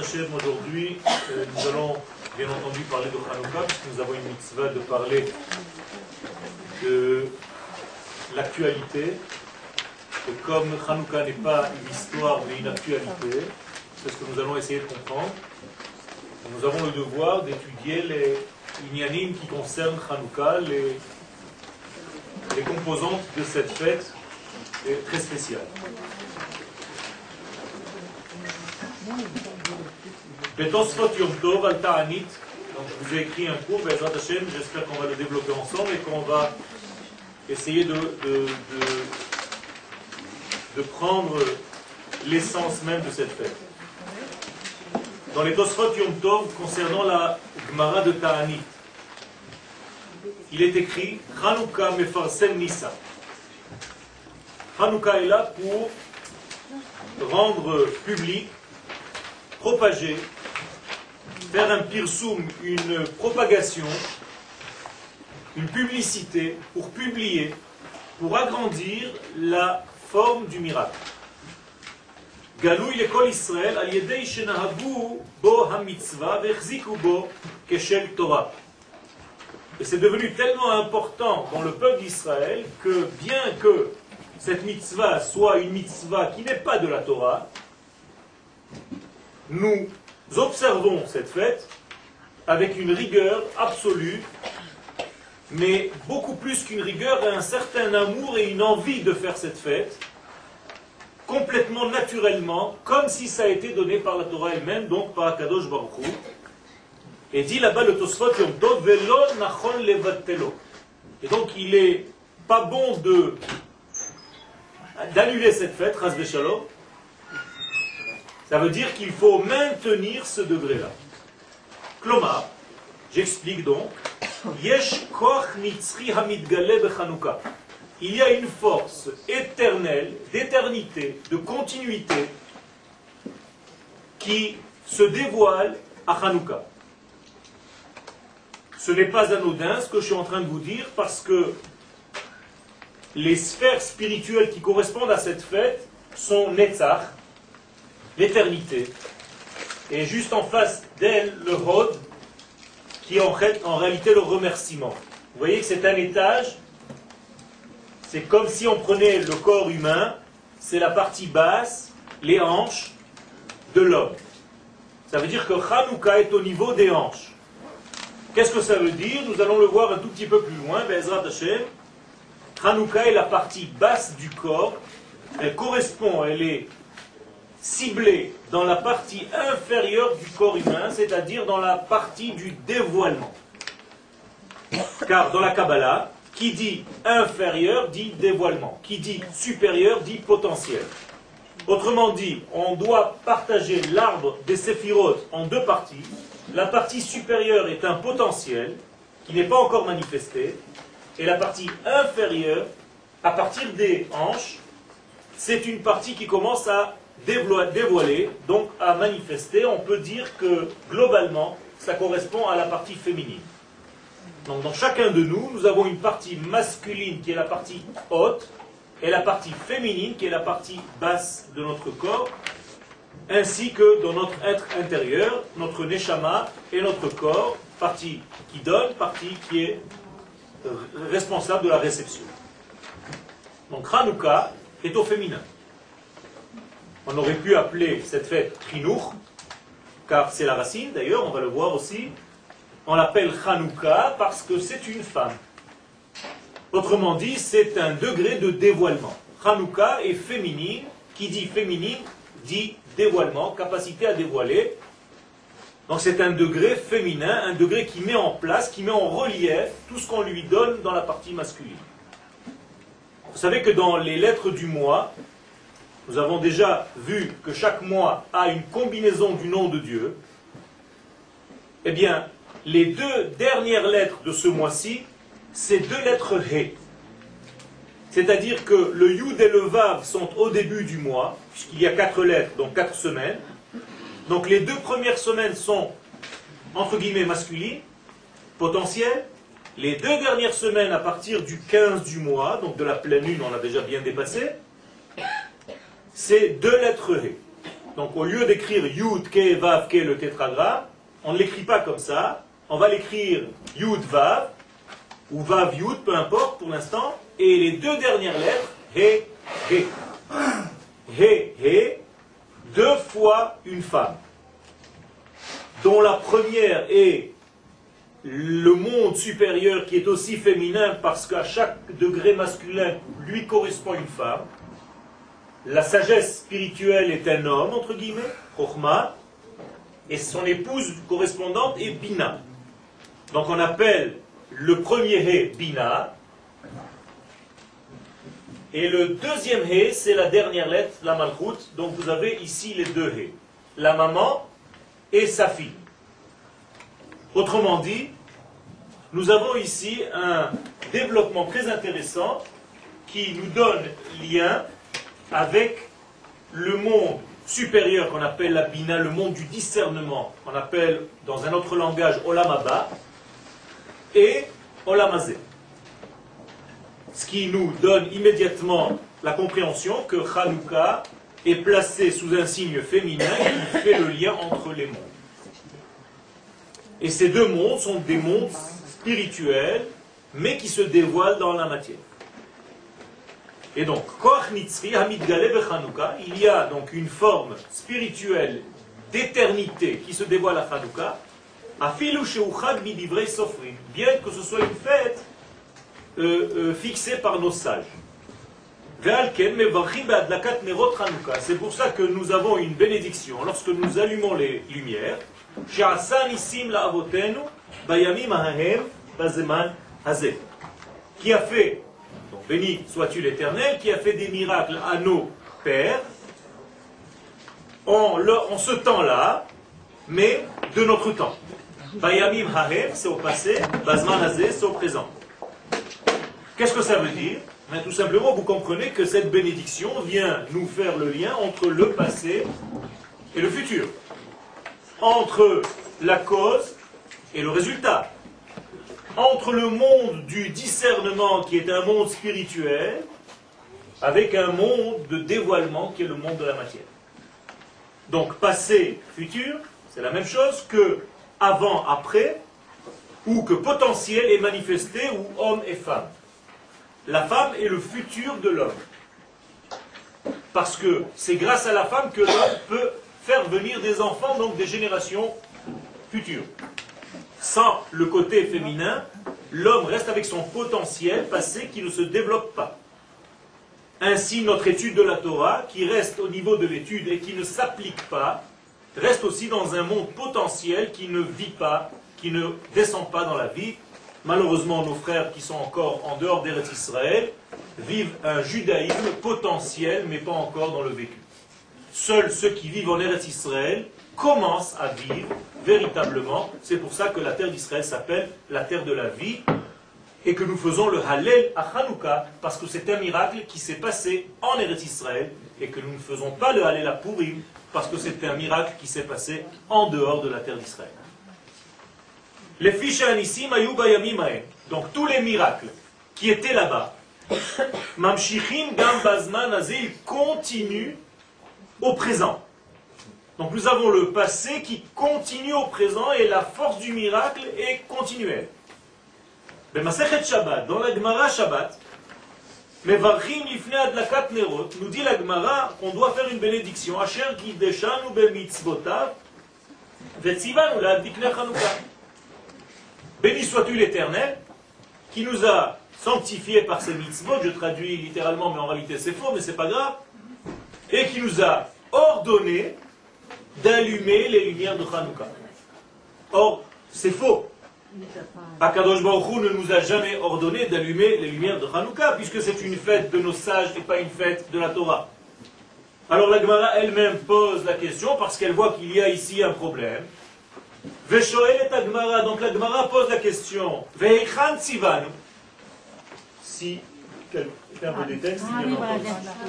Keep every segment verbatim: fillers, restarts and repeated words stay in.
Hashem, aujourd'hui, euh, nous allons bien entendu parler de Hanouka, puisque nous avons une mitzvah de parler de l'actualité. Et comme Hanouka n'est pas une histoire mais une actualité, c'est ce que nous allons essayer de comprendre. Nous avons le devoir d'étudier les inyanim qui concernent Hanouka, les, les composantes de cette fête très spéciale. Betosfot Yom Tov al Ta'anit, donc je vous ai écrit un cours, Be'ezrat Hashem, j'espère qu'on va le développer ensemble et qu'on va essayer de, de, de, de prendre l'essence même de cette fête. Dans les Tosfot Yom Tov, concernant la Gemara de Ta'anit, il est écrit Hanouka Mefarsem Nisa. Hanouka est là pour rendre public, propager, faire un pirsoum, une propagation, une publicité, pour publier, pour agrandir la forme du miracle. Galouy l'école Israël, al yedei shenahagu bo hamitzvah vechziku bo keshel Torah. Et c'est devenu tellement important dans le peuple d'Israël que bien que cette mitzvah soit une mitzvah qui n'est pas de la Torah, nous observons cette fête avec une rigueur absolue, mais beaucoup plus qu'une rigueur, un certain amour et une envie de faire cette fête, complètement naturellement, comme si ça a été donné par la Torah elle-même, donc par Akadosh Baruch Hu. Et dit là-bas le Tosfot Yom Tov, Velo nachon levatelo. Et donc il n'est pas bon de d'annuler cette fête, Chas v'Shalom. Ça veut dire qu'il faut maintenir ce degré-là. Klomar, j'explique donc, Yesh koach mitzri hamidgale b'Chanouka. Il y a une force éternelle, d'éternité, de continuité, qui se dévoile à Hanouka. Ce n'est pas anodin ce que je suis en train de vous dire, parce que les sphères spirituelles qui correspondent à cette fête sont Netzach, l'éternité, et juste en face d'elle, le Hod, qui est en, fait, en réalité le remerciement. Vous voyez que c'est un étage, c'est comme si on prenait le corps humain, c'est la partie basse, les hanches de l'homme. Ça veut dire que Hanouka est au niveau des hanches. Qu'est-ce que ça veut dire? Nous allons le voir un tout petit peu plus loin, Be'ezrat Hashem. Hanouka est la partie basse du corps, elle correspond, elle est ciblée dans la partie inférieure du corps humain, c'est-à-dire dans la partie du dévoilement. Car dans la Kabbalah, qui dit inférieur dit dévoilement, qui dit supérieur dit potentiel. Autrement dit, on doit partager l'arbre des séphirotes en deux parties. La partie supérieure est un potentiel qui n'est pas encore manifesté, et la partie inférieure, à partir des hanches, c'est une partie qui commence à dévoiler, donc à manifester. On peut dire que globalement, ça correspond à la partie féminine. Donc dans chacun de nous, nous avons une partie masculine qui est la partie haute, et la partie féminine qui est la partie basse de notre corps, ainsi que dans notre être intérieur, notre neshama et notre corps, partie qui donne, partie qui est responsable de la réception. Donc Hanouka est au féminin. On aurait pu appeler cette fête Chinuch, car c'est la racine, d'ailleurs, on va le voir aussi. On l'appelle Hanouka parce que c'est une femme. Autrement dit, c'est un degré de dévoilement. Hanouka est féminine, qui dit féminine dit dévoilement, capacité à dévoiler. Donc c'est un degré féminin, un degré qui met en place, qui met en relief tout ce qu'on lui donne dans la partie masculine. Vous savez que dans les lettres du mois, nous avons déjà vu que chaque mois a une combinaison du nom de Dieu. Eh bien, les deux dernières lettres de ce mois-ci, c'est deux lettres He. C'est-à-dire que le Yud et le Vav sont au début du mois, puisqu'il y a quatre lettres, donc quatre semaines. Donc les deux premières semaines sont, entre guillemets, masculines, potentielles. Les deux dernières semaines, à partir du quinze du mois, donc de la pleine lune, on l'a déjà bien dépassé, c'est deux lettres He. Donc au lieu d'écrire Yud, Ke, Vav, Ke, le tétragramme, on ne l'écrit pas comme ça. On va l'écrire Yud, Vav, ou Vav, Yud, peu importe pour l'instant. Et les deux dernières lettres, He, He. He, He, deux fois une femme, dont la première est le monde supérieur qui est aussi féminin parce qu'à chaque degré masculin lui correspond une femme. La sagesse spirituelle est un homme, entre guillemets, Chokhmah, et son épouse correspondante est Bina. Donc on appelle le premier He Bina, et le deuxième He, c'est la dernière lettre, la Malchut, donc vous avez ici les deux He, la maman et sa fille. Autrement dit, nous avons ici un développement très intéressant qui nous donne lien avec le monde supérieur qu'on appelle la Bina, le monde du discernement, qu'on appelle dans un autre langage Olam Haba, et Olam Hazeh. Ce qui nous donne immédiatement la compréhension que Hanouka est placé sous un signe féminin qui fait le lien entre les mondes. Et ces deux mondes sont des mondes spirituels, mais qui se dévoilent dans la matière. Et donc, Koach Nitzri Hamidgale beChanouka, il y a donc une forme spirituelle d'éternité qui se dévoile à Hanouka, Afilu Sheuchad Midivrei Sofrim, bien que ce soit une fête euh, euh, fixée par nos sages. C'est pour ça que nous avons une bénédiction lorsque nous allumons les lumières. Qui a fait, donc béni sois-tu l'Éternel, qui a fait des miracles à nos pères en, le, en ce temps-là, mais de notre temps. Bayamim hahem, c'est au passé, Bazman hazeh, c'est au présent. Qu'est-ce que ça veut dire? Mais tout simplement, vous comprenez que cette bénédiction vient nous faire le lien entre le passé et le futur. Entre la cause et le résultat. Entre le monde du discernement, qui est un monde spirituel, avec un monde de dévoilement, qui est le monde de la matière. Donc, passé, futur, c'est la même chose que avant, après, ou que potentiel est manifesté, ou homme et femme. La femme est le futur de l'homme. Parce que c'est grâce à la femme que l'homme peut faire venir des enfants, donc des générations futures. Sans le côté féminin, l'homme reste avec son potentiel passé qui ne se développe pas. Ainsi, notre étude de la Torah, qui reste au niveau de l'étude et qui ne s'applique pas, reste aussi dans un monde potentiel qui ne vit pas, qui ne descend pas dans la vie. Malheureusement, nos frères qui sont encore en dehors d'Eretz Israël vivent un judaïsme potentiel, mais pas encore dans le vécu. Seuls ceux qui vivent en Eretz Israël commencent à vivre véritablement. C'est pour ça que la terre d'Israël s'appelle la terre de la vie, et que nous faisons le Hallel à Hanouka, parce que c'est un miracle qui s'est passé en Eretz Israël, et que nous ne faisons pas le Hallel à Purim, parce que c'est un miracle qui s'est passé en dehors de la terre d'Israël. Les fiches anissim ayou bayamim haem. Donc tous les miracles qui étaient là-bas, mamshichim gam bazman hazeh, ils continuent au présent. Donc nous avons le passé qui continue au présent et la force du miracle est continuelle. B'masechet Shabbat, dans la Gemara Shabbat, mevarchim lifnei adlakat nerot, nous dit la Gemara qu'on doit faire une bénédiction. Asher kideshanu b'mitzvotav, vetzivanu la'adliknei Chanukah. Béni sois-tu l'Éternel, qui nous a sanctifiés par ses mitzvot, je traduis littéralement, mais en réalité c'est faux, mais c'est pas grave, et qui nous a ordonné d'allumer les lumières de Hanouka. Or, c'est faux. Akadosh Baruch Hu ne nous a jamais ordonné d'allumer les lumières de Hanouka, puisque c'est une fête de nos sages et pas une fête de la Torah. Alors la Gemara elle-même pose la question, parce qu'elle voit qu'il y a ici un problème. Veshoel et Agmara, donc la Gemara pose la question. Veichan Tzivanu. Si quelqu'un veut des textes, il y en a encore.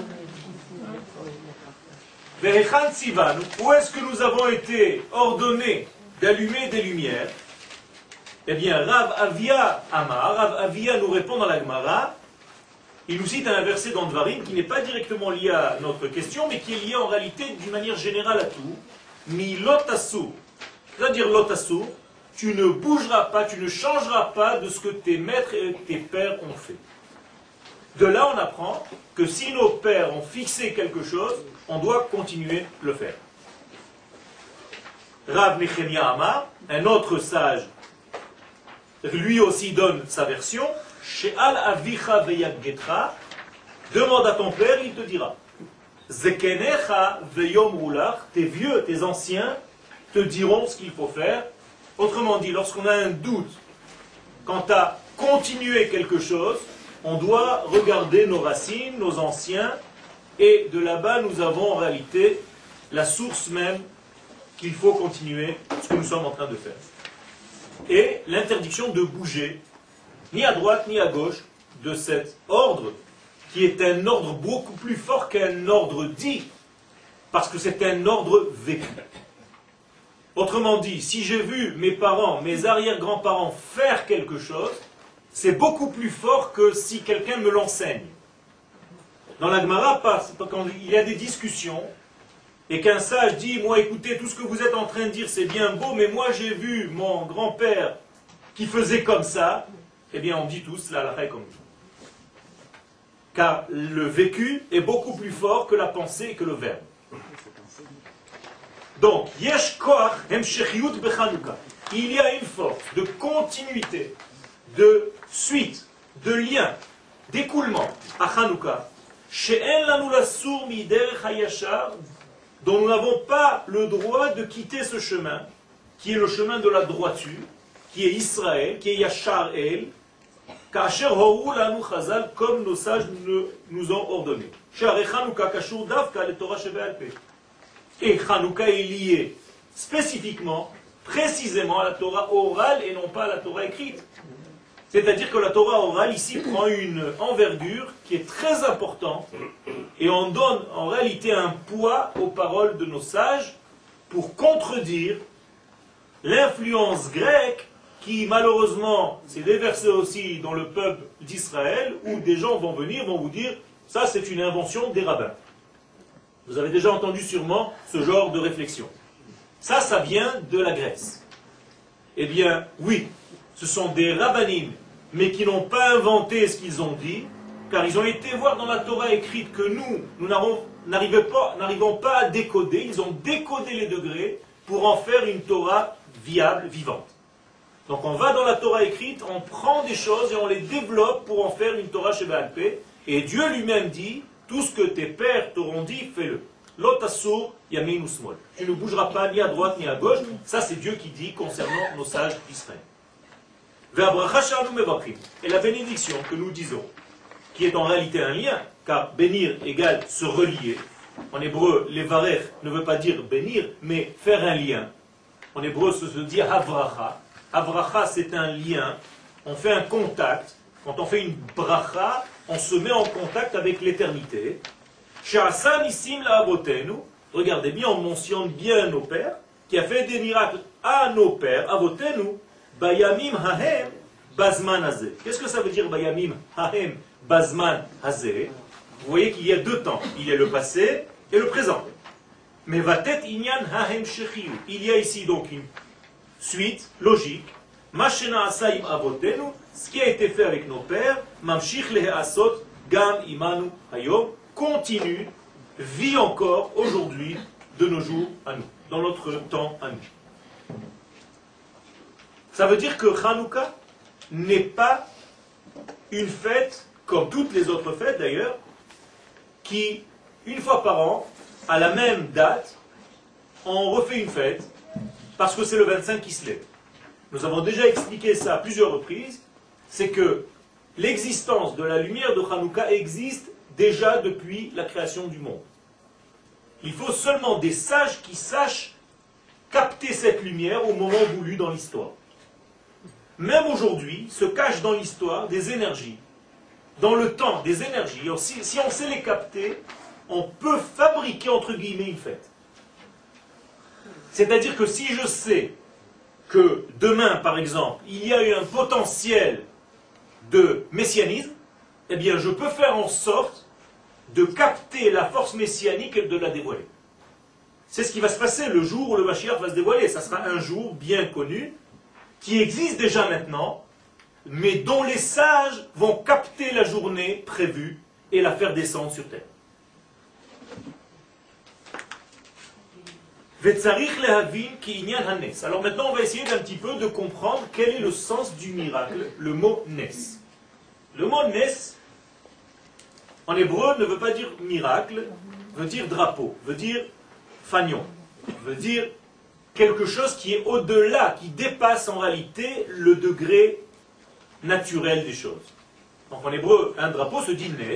Veichan Tzivanu, où est-ce que nous avons été ordonnés d'allumer des lumières? Eh bien, Rav Avia Amar, Rav Avia nous répond dans la Gemara, il nous cite un verset dans Dvarim qui n'est pas directement lié à notre question, mais qui est lié en réalité d'une manière générale à tout. Mi lotasu, c'est-à-dire lotasu, tu ne bougeras pas, tu ne changeras pas de ce que tes maîtres et tes pères ont fait. De là, on apprend que si nos pères ont fixé quelque chose, on doit continuer de le faire. Rav Nechemia Amar, un autre sage, lui aussi donne sa version. She'al avicha veyaggetra, demande à ton père, il te dira. Zekenecha veyomrulach, tes vieux, tes anciens te diront ce qu'il faut faire. Autrement dit, lorsqu'on a un doute quant à continuer quelque chose, on doit regarder nos racines, nos anciens, et de là-bas nous avons en réalité la source même qu'il faut continuer ce que nous sommes en train de faire. Et l'interdiction de bouger, ni à droite ni à gauche, de cet ordre, qui est un ordre beaucoup plus fort qu'un ordre dit, parce que c'est un ordre vécu. Autrement dit, si j'ai vu mes parents, mes arrière-grands-parents faire quelque chose, c'est beaucoup plus fort que si quelqu'un me l'enseigne. Dans la Gemara, quand il y a des discussions, et qu'un sage dit, moi écoutez, tout ce que vous êtes en train de dire c'est bien beau, mais moi j'ai vu mon grand-père qui faisait comme ça, eh bien on dit tous la halakha est comme nous. Car le vécu est beaucoup plus fort que la pensée et que le verbe. Donc, yesh koach hemshechiyut bechanouka. Il y a une force de continuité, de suite, de lien, d'écoulement à Hanouka, she'en lanu lasur miderech hayashar, dont nous n'avons pas le droit de quitter ce chemin, qui est le chemin de la droiture, qui est Israël, qui est Yachar El, Kacher Horu lanu chazal, comme nos sages nous ont ordonné. She'are Hanouka kashur davka le Torah shebe'al peh. Et Hanouka est lié spécifiquement, précisément à la Torah orale et non pas à la Torah écrite. C'est-à-dire que la Torah orale ici prend une envergure qui est très importante et on donne en réalité un poids aux paroles de nos sages pour contredire l'influence grecque qui malheureusement s'est déversée aussi dans le peuple d'Israël où des gens vont venir, vont vous dire ça c'est une invention des rabbins. Vous avez déjà entendu sûrement ce genre de réflexion. Ça, ça vient de la Grèce. Eh bien, oui, ce sont des rabbinim, mais qui n'ont pas inventé ce qu'ils ont dit, car ils ont été voir dans la Torah écrite que nous, nous n'arrivons pas, n'arrivons pas à décoder. Ils ont décodé les degrés pour en faire une Torah viable, vivante. Donc on va dans la Torah écrite, on prend des choses et on les développe pour en faire une Torah shebe'al peh. Et Dieu lui-même dit, tout ce que tes pères t'auront dit, fais-le. Lotasur yamin usmol. Tu ne bougeras pas ni à droite ni à gauche. Ça, c'est Dieu qui dit concernant nos sages d'Israël. Et la bénédiction que nous disons, qui est en réalité un lien, car bénir égale se relier. En hébreu, les varech ne veut pas dire bénir, mais faire un lien. En hébreu, ça se dit havracha. Havracha, c'est un lien. On fait un contact. Quand on fait une bracha, on se met en contact avec l'éternité. Regardez bien, on mentionne bien nos pères, qui a fait des miracles à nos pères, avotenu, bayamim hahem bazman hazeh. Qu'est-ce que ça veut dire bayamim hahem bazman hazeh? Vous voyez qu'il y a deux temps, il y a le passé et le présent. Mais vatet inyan hahem shechiyu. Il y a ici donc une suite logique. Mashena asaim avotenu, ce qui a été fait avec nos pères, mamshich leheasot gam imanu hayom, continue, vit encore aujourd'hui, de nos jours à nous, dans notre temps à nous. Ça veut dire que Hanouka n'est pas une fête, comme toutes les autres fêtes d'ailleurs, qui, une fois par an, à la même date, on refait une fête, parce que c'est le vingt-cinq qui se lève. Nous avons déjà expliqué ça à plusieurs reprises, c'est que l'existence de la lumière de Hanouka existe déjà depuis la création du monde. Il faut seulement des sages qui sachent capter cette lumière au moment voulu dans l'histoire. Même aujourd'hui, se cachent dans l'histoire des énergies, dans le temps des énergies. Si, si on sait les capter, on peut fabriquer entre guillemets une fête. C'est-à-dire que si je sais que demain, par exemple, il y a eu un potentiel de messianisme, eh bien je peux faire en sorte de capter la force messianique et de la dévoiler. C'est ce qui va se passer le jour où le Mashiach va se dévoiler. Ça sera un jour bien connu, qui existe déjà maintenant, mais dont les sages vont capter la journée prévue et la faire descendre sur terre. Alors maintenant, on va essayer d'un petit peu de comprendre quel est le sens du miracle, le mot nes. Le mot nes, en hébreu, ne veut pas dire miracle, veut dire drapeau, veut dire fanion, veut dire quelque chose qui est au-delà, qui dépasse en réalité le degré naturel des choses. Donc en hébreu, un drapeau se dit nes,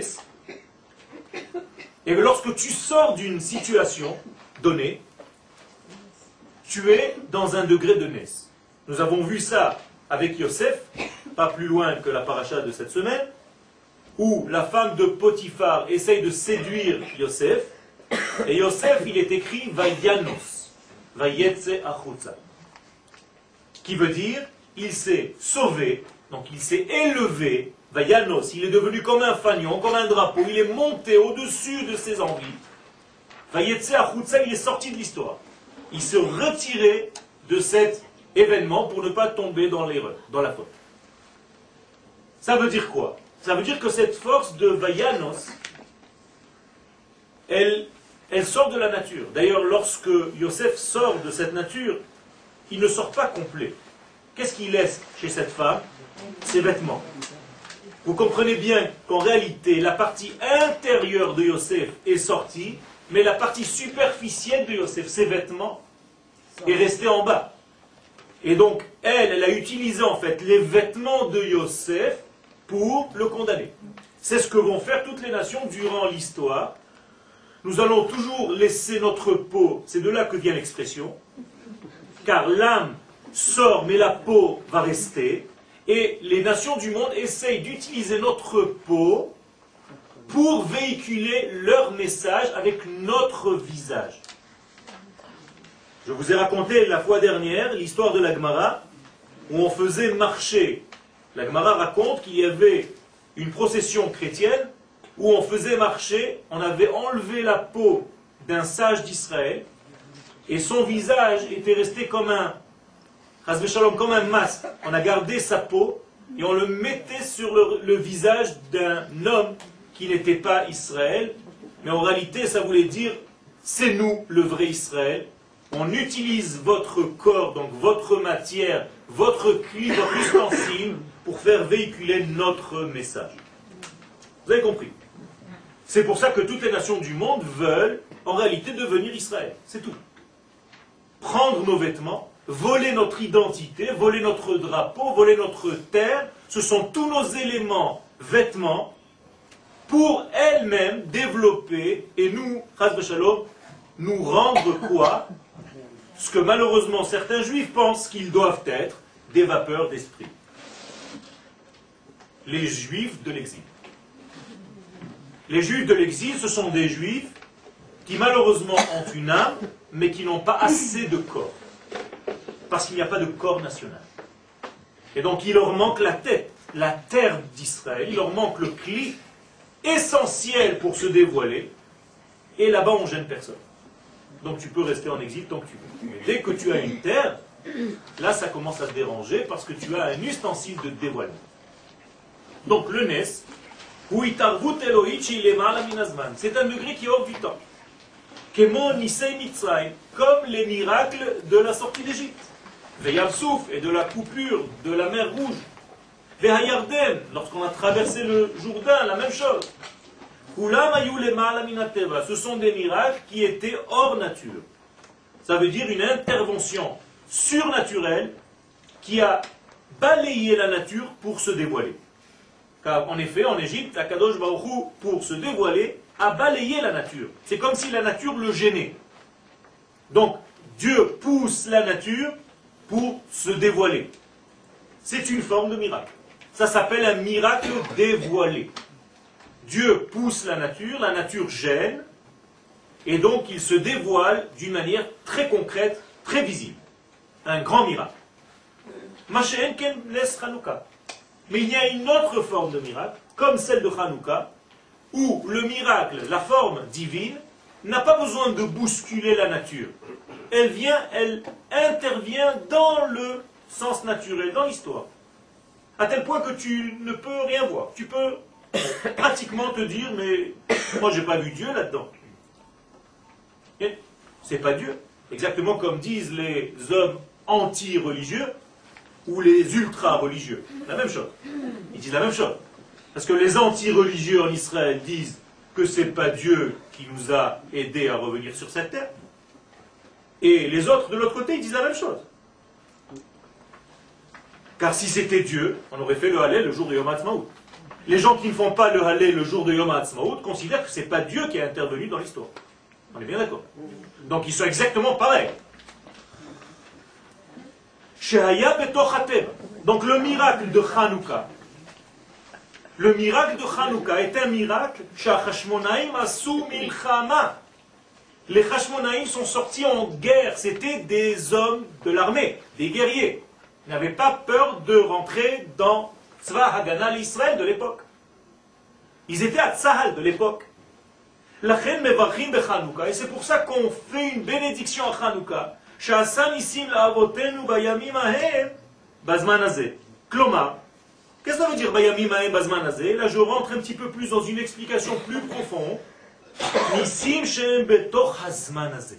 et lorsque tu sors d'une situation donnée, tu es dans un degré de nes. Nous avons vu ça avec Yosef, pas plus loin que la paracha de cette semaine, où la femme de Potiphar essaye de séduire Yosef, et Yosef, il est écrit Vayanos, Vayetse Achutza, qui veut dire, il s'est sauvé, donc il s'est élevé, Vayanos, il est devenu comme un fanion, comme un drapeau, il est monté au-dessus de ses envies. Vayetse Achutza, il est sorti de l'histoire. Il se retirait de cet événement pour ne pas tomber dans l'erreur, dans la faute. Ça veut dire quoi? Ça veut dire que cette force de Vayanos, elle, elle sort de la nature. D'ailleurs, lorsque Yosef sort de cette nature, il ne sort pas complet. Qu'est-ce qu'il laisse chez cette femme? Ses vêtements. Vous comprenez bien qu'en réalité, la partie intérieure de Yosef est sortie, mais la partie superficielle de Yosef, ses vêtements, est restée en bas. Et donc, elle, elle a utilisé en fait les vêtements de Yosef pour le condamner. C'est ce que vont faire toutes les nations durant l'histoire. Nous allons toujours laisser notre peau, c'est de là que vient l'expression, car l'âme sort, mais la peau va rester, et les nations du monde essayent d'utiliser notre peau pour véhiculer leur message avec notre visage. Je vous ai raconté la fois dernière l'histoire de la Gemara, où on faisait marcher. La Gemara raconte qu'il y avait une procession chrétienne, où on faisait marcher, on avait enlevé la peau d'un sage d'Israël, et son visage était resté comme un, comme un masque. On a gardé sa peau, et on le mettait sur le, le visage d'un homme qui n'était pas Israël, mais en réalité ça voulait dire, c'est nous le vrai Israël. On utilise votre corps, donc votre matière, votre cri, votre ustensile, pour faire véhiculer notre message. Vous avez compris? C'est pour ça que toutes les nations du monde veulent, en réalité, devenir Israël. C'est tout. Prendre nos vêtements, voler notre identité, voler notre drapeau, voler notre terre, ce sont tous nos éléments, vêtements, pour elles-mêmes développer, et nous, Chas v'Shalom, nous rendre quoi? Ce que malheureusement certains juifs pensent qu'ils doivent être, des vapeurs d'esprit. Les juifs de l'exil. Les juifs de l'exil, ce sont des juifs qui malheureusement ont une âme, mais qui n'ont pas assez de corps. Parce qu'il n'y a pas de corps national. Et donc il leur manque la tête, la terre d'Israël, il leur manque le cli essentiel pour se dévoiler, et là-bas on ne gêne personne. Donc tu peux rester en exil tant que tu veux. Mais dès que tu as une terre, là ça commence à te déranger parce que tu as un ustensile de dévoilement. Donc le Nes, c'est un degré qui est hors du temps. Comme les miracles de la sortie d'Égypte. Veyavsouf et de la coupure de la mer Rouge. Vehayarden, lorsqu'on a traversé le Jourdain, la même chose. Ce sont des miracles qui étaient hors nature. Ça veut dire une intervention surnaturelle qui a balayé la nature pour se dévoiler. Car en effet, en Égypte, Akadosh Baruch Hu, pour se dévoiler, a balayé la nature. C'est comme si la nature le gênait. Donc, Dieu pousse la nature pour se dévoiler. C'est une forme de miracle. Ça s'appelle un miracle dévoilé. Dieu pousse la nature, la nature gêne, et donc il se dévoile d'une manière très concrète, très visible. Un grand miracle. Mais il y a une autre forme de miracle, comme celle de Hanouka, où le miracle, la forme divine, n'a pas besoin de bousculer la nature. Elle vient, elle intervient dans le sens naturel, dans l'histoire. À tel point que tu ne peux rien voir. Tu peux pratiquement te dire, mais moi j'ai pas vu Dieu là-dedans. C'est pas Dieu. Exactement comme disent les hommes anti-religieux ou les ultra-religieux. La même chose. Ils disent la même chose. Parce que les anti-religieux en Israël disent que c'est pas Dieu qui nous a aidés à revenir sur cette terre. Et les autres de l'autre côté, ils disent la même chose. Car si c'était Dieu, on aurait fait le Hallel le jour de Yom HaAtzmaut. Les gens qui ne font pas le Hallel le jour de Yom HaAtzmaut considèrent que ce n'est pas Dieu qui est intervenu dans l'histoire. On est bien d'accord. Donc ils sont exactement pareils. Donc le miracle de Hanouka, le miracle de Hanouka est un miracle. Les Hashmonaïm sont sortis en guerre. C'était des hommes de l'armée, des guerriers. Ils n'avaient pas peur de rentrer dans Tzva Hagana l'Israël de l'époque. Ils étaient à Tzahal de l'époque. Et c'est pour ça qu'on fait une bénédiction à Hanouka. Klomar, qu'est-ce que ça veut dire Bayamim Haem Bazman Hazeh? Là je rentre un petit peu plus dans une explication plus profonde. Nissim Shem Betoch Hazman Hazeh.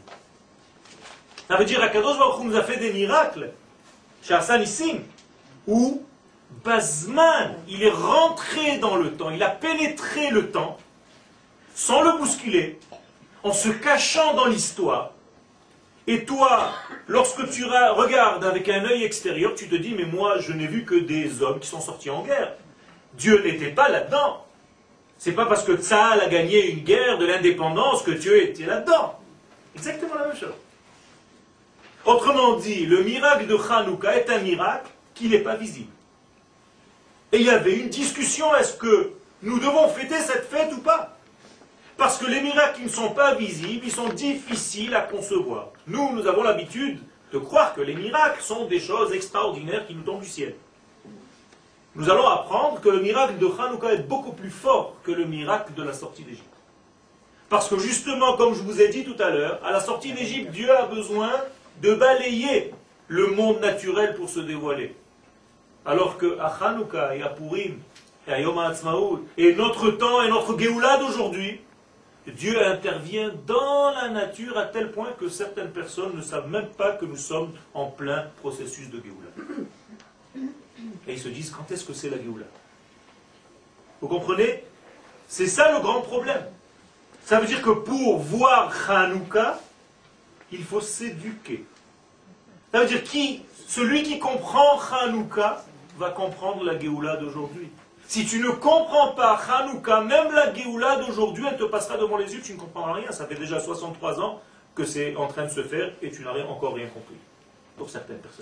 Ça veut dire Akadosh Baruch Hu nous a fait des miracles. Sha'asa Nissim. Où Bazman, il est rentré dans le temps, il a pénétré le temps, sans le bousculer, en se cachant dans l'histoire. Et toi, lorsque tu regardes avec un œil extérieur, tu te dis, mais moi, je n'ai vu que des hommes qui sont sortis en guerre. Dieu n'était pas là-dedans. C'est pas parce que Tzahal a gagné une guerre de l'indépendance que Dieu était là-dedans. Exactement la même chose. Autrement dit, le miracle de Hanouka est un miracle qui n'est pas visible. Et il y avait une discussion, est-ce que nous devons fêter cette fête ou pas? Parce que les miracles qui ne sont pas visibles, ils sont difficiles à concevoir. Nous, nous avons l'habitude de croire que les miracles sont des choses extraordinaires qui nous tombent du ciel. Nous allons apprendre que le miracle de Hanouka est beaucoup plus fort que le miracle de la sortie d'Égypte. Parce que justement, comme je vous ai dit tout à l'heure, à la sortie d'Égypte, Dieu a besoin de balayer le monde naturel pour se dévoiler. Alors que à Hanouka et à Purim et à Yom HaAtzmaut et notre temps et notre Géoula d'aujourd'hui, Dieu intervient dans la nature à tel point que certaines personnes ne savent même pas que nous sommes en plein processus de Géoula. Et ils se disent, quand est-ce que c'est la Géoula? Vous comprenez? C'est ça le grand problème. Ça veut dire que pour voir Hanouka, il faut s'éduquer. Ça veut dire qui, celui qui comprend Hanouka va comprendre la Géoula d'aujourd'hui. Si tu ne comprends pas Hanouka, même la Géoula d'aujourd'hui, elle te passera devant les yeux, tu ne comprendras rien. Ça fait déjà soixante-trois ans que c'est en train de se faire et tu n'as rien, encore rien compris. Pour certaines personnes.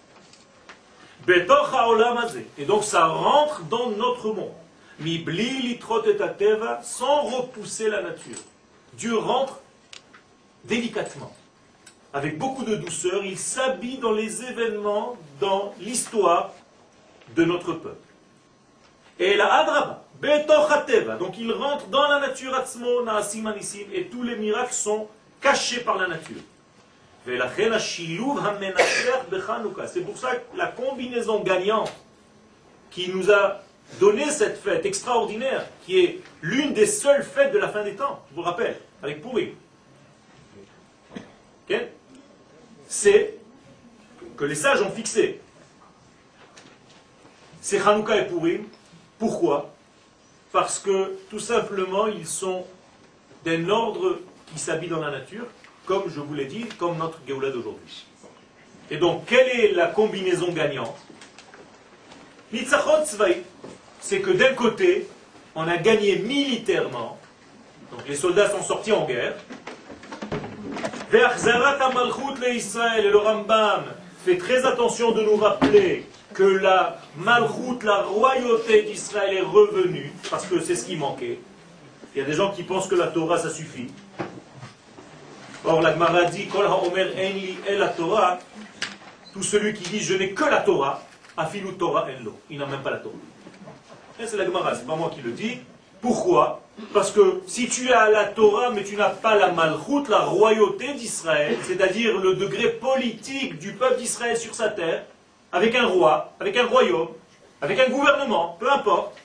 Et donc ça rentre dans notre monde. Mibli litrot et ateva, sans repousser la nature. Dieu rentre délicatement, avec beaucoup de douceur, il s'habille dans les événements, dans l'histoire de notre peuple. Et la Adraba, Betochateva, donc il rentre dans la nature Atzmo, Naasim Anissim, et tous les miracles sont cachés par la nature. C'est pour ça que la combinaison gagnante qui nous a donné cette fête extraordinaire, qui est l'une des seules fêtes de la fin des temps, je vous rappelle, avec Purim, okay? C'est que les sages ont fixé. C'est Hanouka et Purim. Pourquoi? Parce que tout simplement ils sont d'un ordre qui s'habille dans la nature, comme je vous l'ai dit, comme notre Géoula d'aujourd'hui. Et donc, quelle est la combinaison gagnante? Nitzachot Tzvaï, c'est que d'un côté, on a gagné militairement, donc les soldats sont sortis en guerre, Ve'achzarat ha-malchut le-Israël, et le Rambam fait très attention de nous rappeler que la malchut, la royauté d'Israël est revenue, parce que c'est ce qui manquait. Il y a des gens qui pensent que la Torah, ça suffit. Or, la Gemara dit, Kol ha-omer en li el la Torah, tout celui qui dit je n'ai que la Torah, afilu Torah en lo, il n'a même pas la Torah. C'est la Gemara, c'est pas moi qui le dis. Pourquoi? Parce que si tu as la Torah, mais tu n'as pas la Malchut, la royauté d'Israël, c'est-à-dire le degré politique du peuple d'Israël sur sa terre, avec un roi, avec un royaume, avec un gouvernement, peu importe,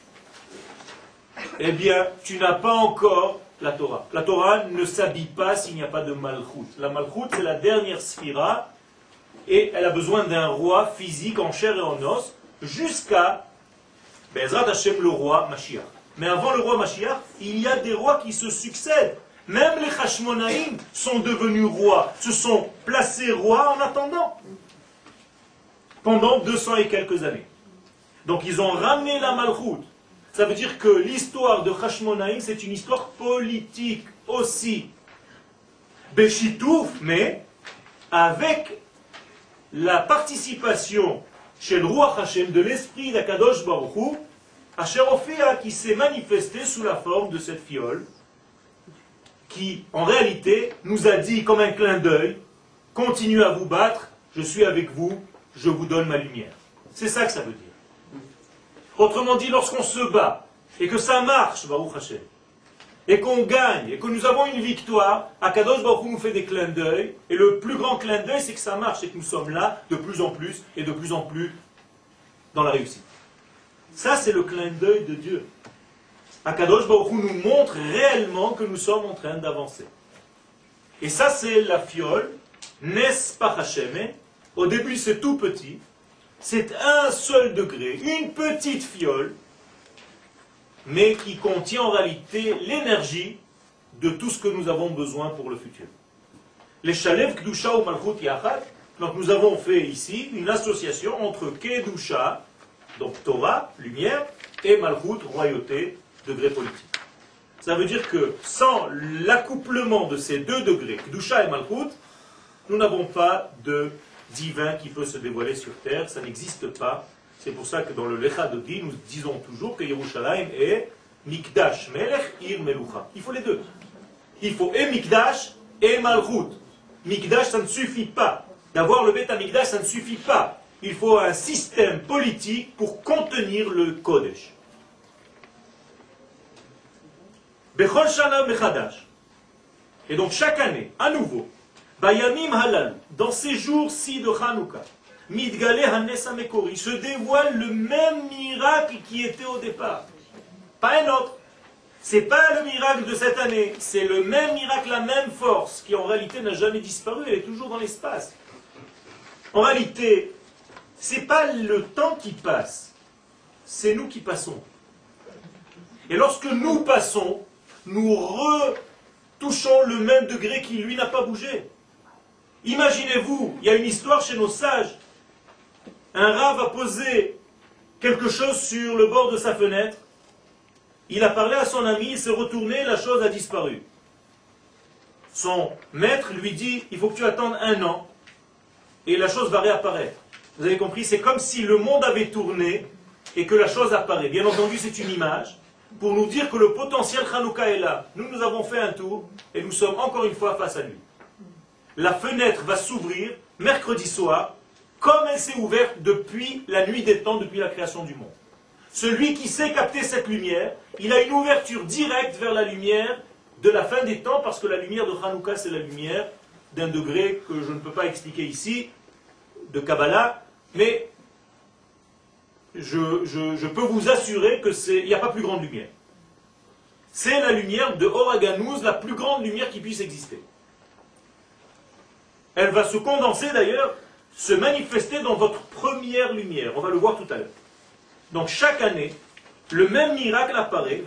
eh bien, tu n'as pas encore la Torah. La Torah ne s'habille pas s'il n'y a pas de Malchut. La Malchut, c'est la dernière sphira, et elle a besoin d'un roi physique en chair et en os, jusqu'à Bezrat Hashem, le roi Mashiach. Mais avant le roi Mashiach, il y a des rois qui se succèdent. Même les Hashmonaïm sont devenus rois, se sont placés rois en attendant, pendant deux cents et quelques années. Donc ils ont ramené la Malchut. Ça veut dire que l'histoire de Hashmonaïm, c'est une histoire politique aussi. Beshitouf, mais avec la participation chez le roi Hashem de l'esprit d'Akadosh Baruch Hu, Asherofia, qui s'est manifesté sous la forme de cette fiole, qui en réalité nous a dit comme un clin d'œil, continuez à vous battre, je suis avec vous, je vous donne ma lumière. C'est ça que ça veut dire. Autrement dit, lorsqu'on se bat, et que ça marche, Baruch Hashem, et qu'on gagne, et que nous avons une victoire, Akadosh Baruch Hu nous fait des clins d'œil, et le plus grand clin d'œil, c'est que ça marche, et que nous sommes là de plus en plus, et de plus en plus dans la réussite. Ça, c'est le clin d'œil de Dieu. Akadosh Baruch Hu nous montre réellement que nous sommes en train d'avancer. Et ça, c'est la fiole, Nes Pachasheme. Au début, c'est tout petit. C'est un seul degré, une petite fiole, mais qui contient en réalité l'énergie de tout ce que nous avons besoin pour le futur. Les Shalev Kedusha ou Malchut Yachad. Donc nous avons fait ici une association entre Kedusha, donc Torah, lumière, et Malchut, royauté, degré politique. Ça veut dire que sans l'accouplement de ces deux degrés, Kedusha et Malchut, nous n'avons pas de divin qui peut se dévoiler sur terre, ça n'existe pas. C'est pour ça que dans le Lecha Dodi, nous disons toujours que Yerushalayim est Mikdash Melech Ir Melucha. Il faut les deux. Il faut et Mikdash et Malchut. Mikdash, ça ne suffit pas. D'avoir le Beth Amikdash, ça ne suffit pas. Il faut un système politique pour contenir le Kodesh. Bechol Shana Mechadash. Et donc chaque année, à nouveau, Bayamim Halal, dans ces jours-ci de Hanouka, Midgale Hanes Amekori, se dévoile le même miracle qui était au départ. Pas un autre. C'est pas le miracle de cette année, c'est le même miracle, la même force, qui en réalité n'a jamais disparu, elle est toujours dans l'espace. En réalité, c'est pas le temps qui passe, c'est nous qui passons. Et lorsque nous passons, nous retouchons le même degré qui, lui, n'a pas bougé. Imaginez-vous, il y a une histoire chez nos sages. Un rave a posé quelque chose sur le bord de sa fenêtre. Il a parlé à son ami, il s'est retourné, la chose a disparu. Son maître lui dit, il faut que tu attendes un an, et la chose va réapparaître. Vous avez compris? C'est comme si le monde avait tourné, et que la chose apparaît. Bien entendu, c'est une image, pour nous dire que le potentiel Hanouka est là. Nous, nous avons fait un tour, et nous sommes encore une fois face à lui. La fenêtre va s'ouvrir mercredi soir, comme elle s'est ouverte depuis la nuit des temps, depuis la création du monde. Celui qui sait capter cette lumière, il a une ouverture directe vers la lumière de la fin des temps, parce que la lumière de Hanouka, c'est la lumière d'un degré que je ne peux pas expliquer ici, de Kabbalah, mais je, je, je peux vous assurer qu'il n'y a pas plus grande lumière. C'est la lumière de Oraganouz, la plus grande lumière qui puisse exister. Elle va se condenser d'ailleurs, se manifester dans votre première lumière. On va le voir tout à l'heure. Donc chaque année, le même miracle apparaît.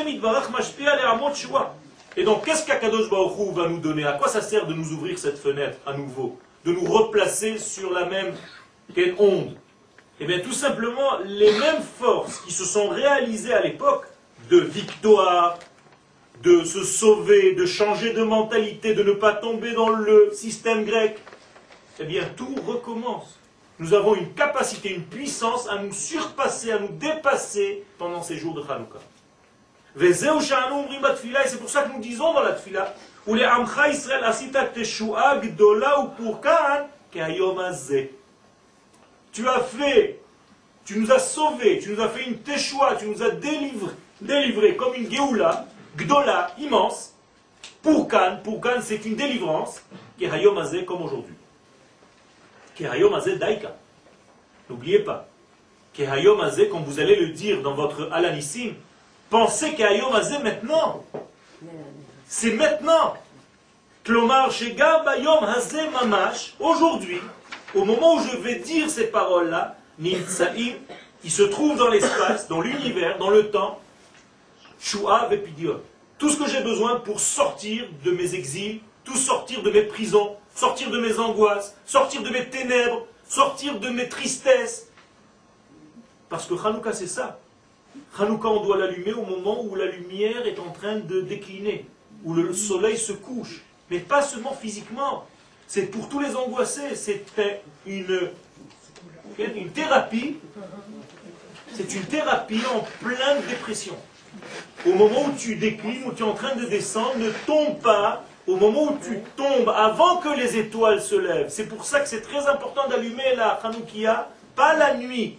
Et donc qu'est-ce qu'Akadosh Baruch Hu va nous donner? À quoi ça sert de nous ouvrir cette fenêtre à nouveau? De nous replacer sur la même onde? Eh bien tout simplement, les mêmes forces qui se sont réalisées à l'époque, de victoire, de se sauver, de changer de mentalité, de ne pas tomber dans le système grec, eh bien tout recommence. Nous avons une capacité, une puissance à nous surpasser, à nous dépasser pendant ces jours de Hanouka. Et c'est pour ça que nous disons dans la Tfila, où les Amcha Israël asita teshu'a gdola ou purkan k'hayom hazeh. Tu as fait tu nous as sauvés, tu nous as fait une teshoua, tu nous as délivrés, délivrés comme une geoula, gdola, immense, pour Cannes, pour Cannes c'est une délivrance, qui est hayom hazeh comme aujourd'hui. Qui est hayom hazeh daika. N'oubliez pas. Qui est hayom hazeh, comme vous allez le dire dans votre alanissim, pensez qu'est hayom hazeh maintenant. C'est maintenant. Klomar shega bayom hazeh mamash, aujourd'hui, au moment où je vais dire ces paroles-là, nimtsaim, qui se trouvent dans l'espace, dans l'univers, dans le temps, shua vepidiot. Tout ce que j'ai besoin pour sortir de mes exils, tout sortir de mes prisons, sortir de mes angoisses, sortir de mes ténèbres, sortir de mes tristesses. Parce que Hanouka c'est ça. Hanouka on doit l'allumer au moment où la lumière est en train de décliner, où le soleil se couche. Mais pas seulement physiquement. C'est pour tous les angoissés. C'est une, une thérapie. C'est une thérapie en pleine dépression. Au moment où tu déclines, où tu es en train de descendre, ne tombe pas au moment où tu tombes, avant que les étoiles se lèvent. C'est pour ça que c'est très important d'allumer la Hanoukia, pas la nuit.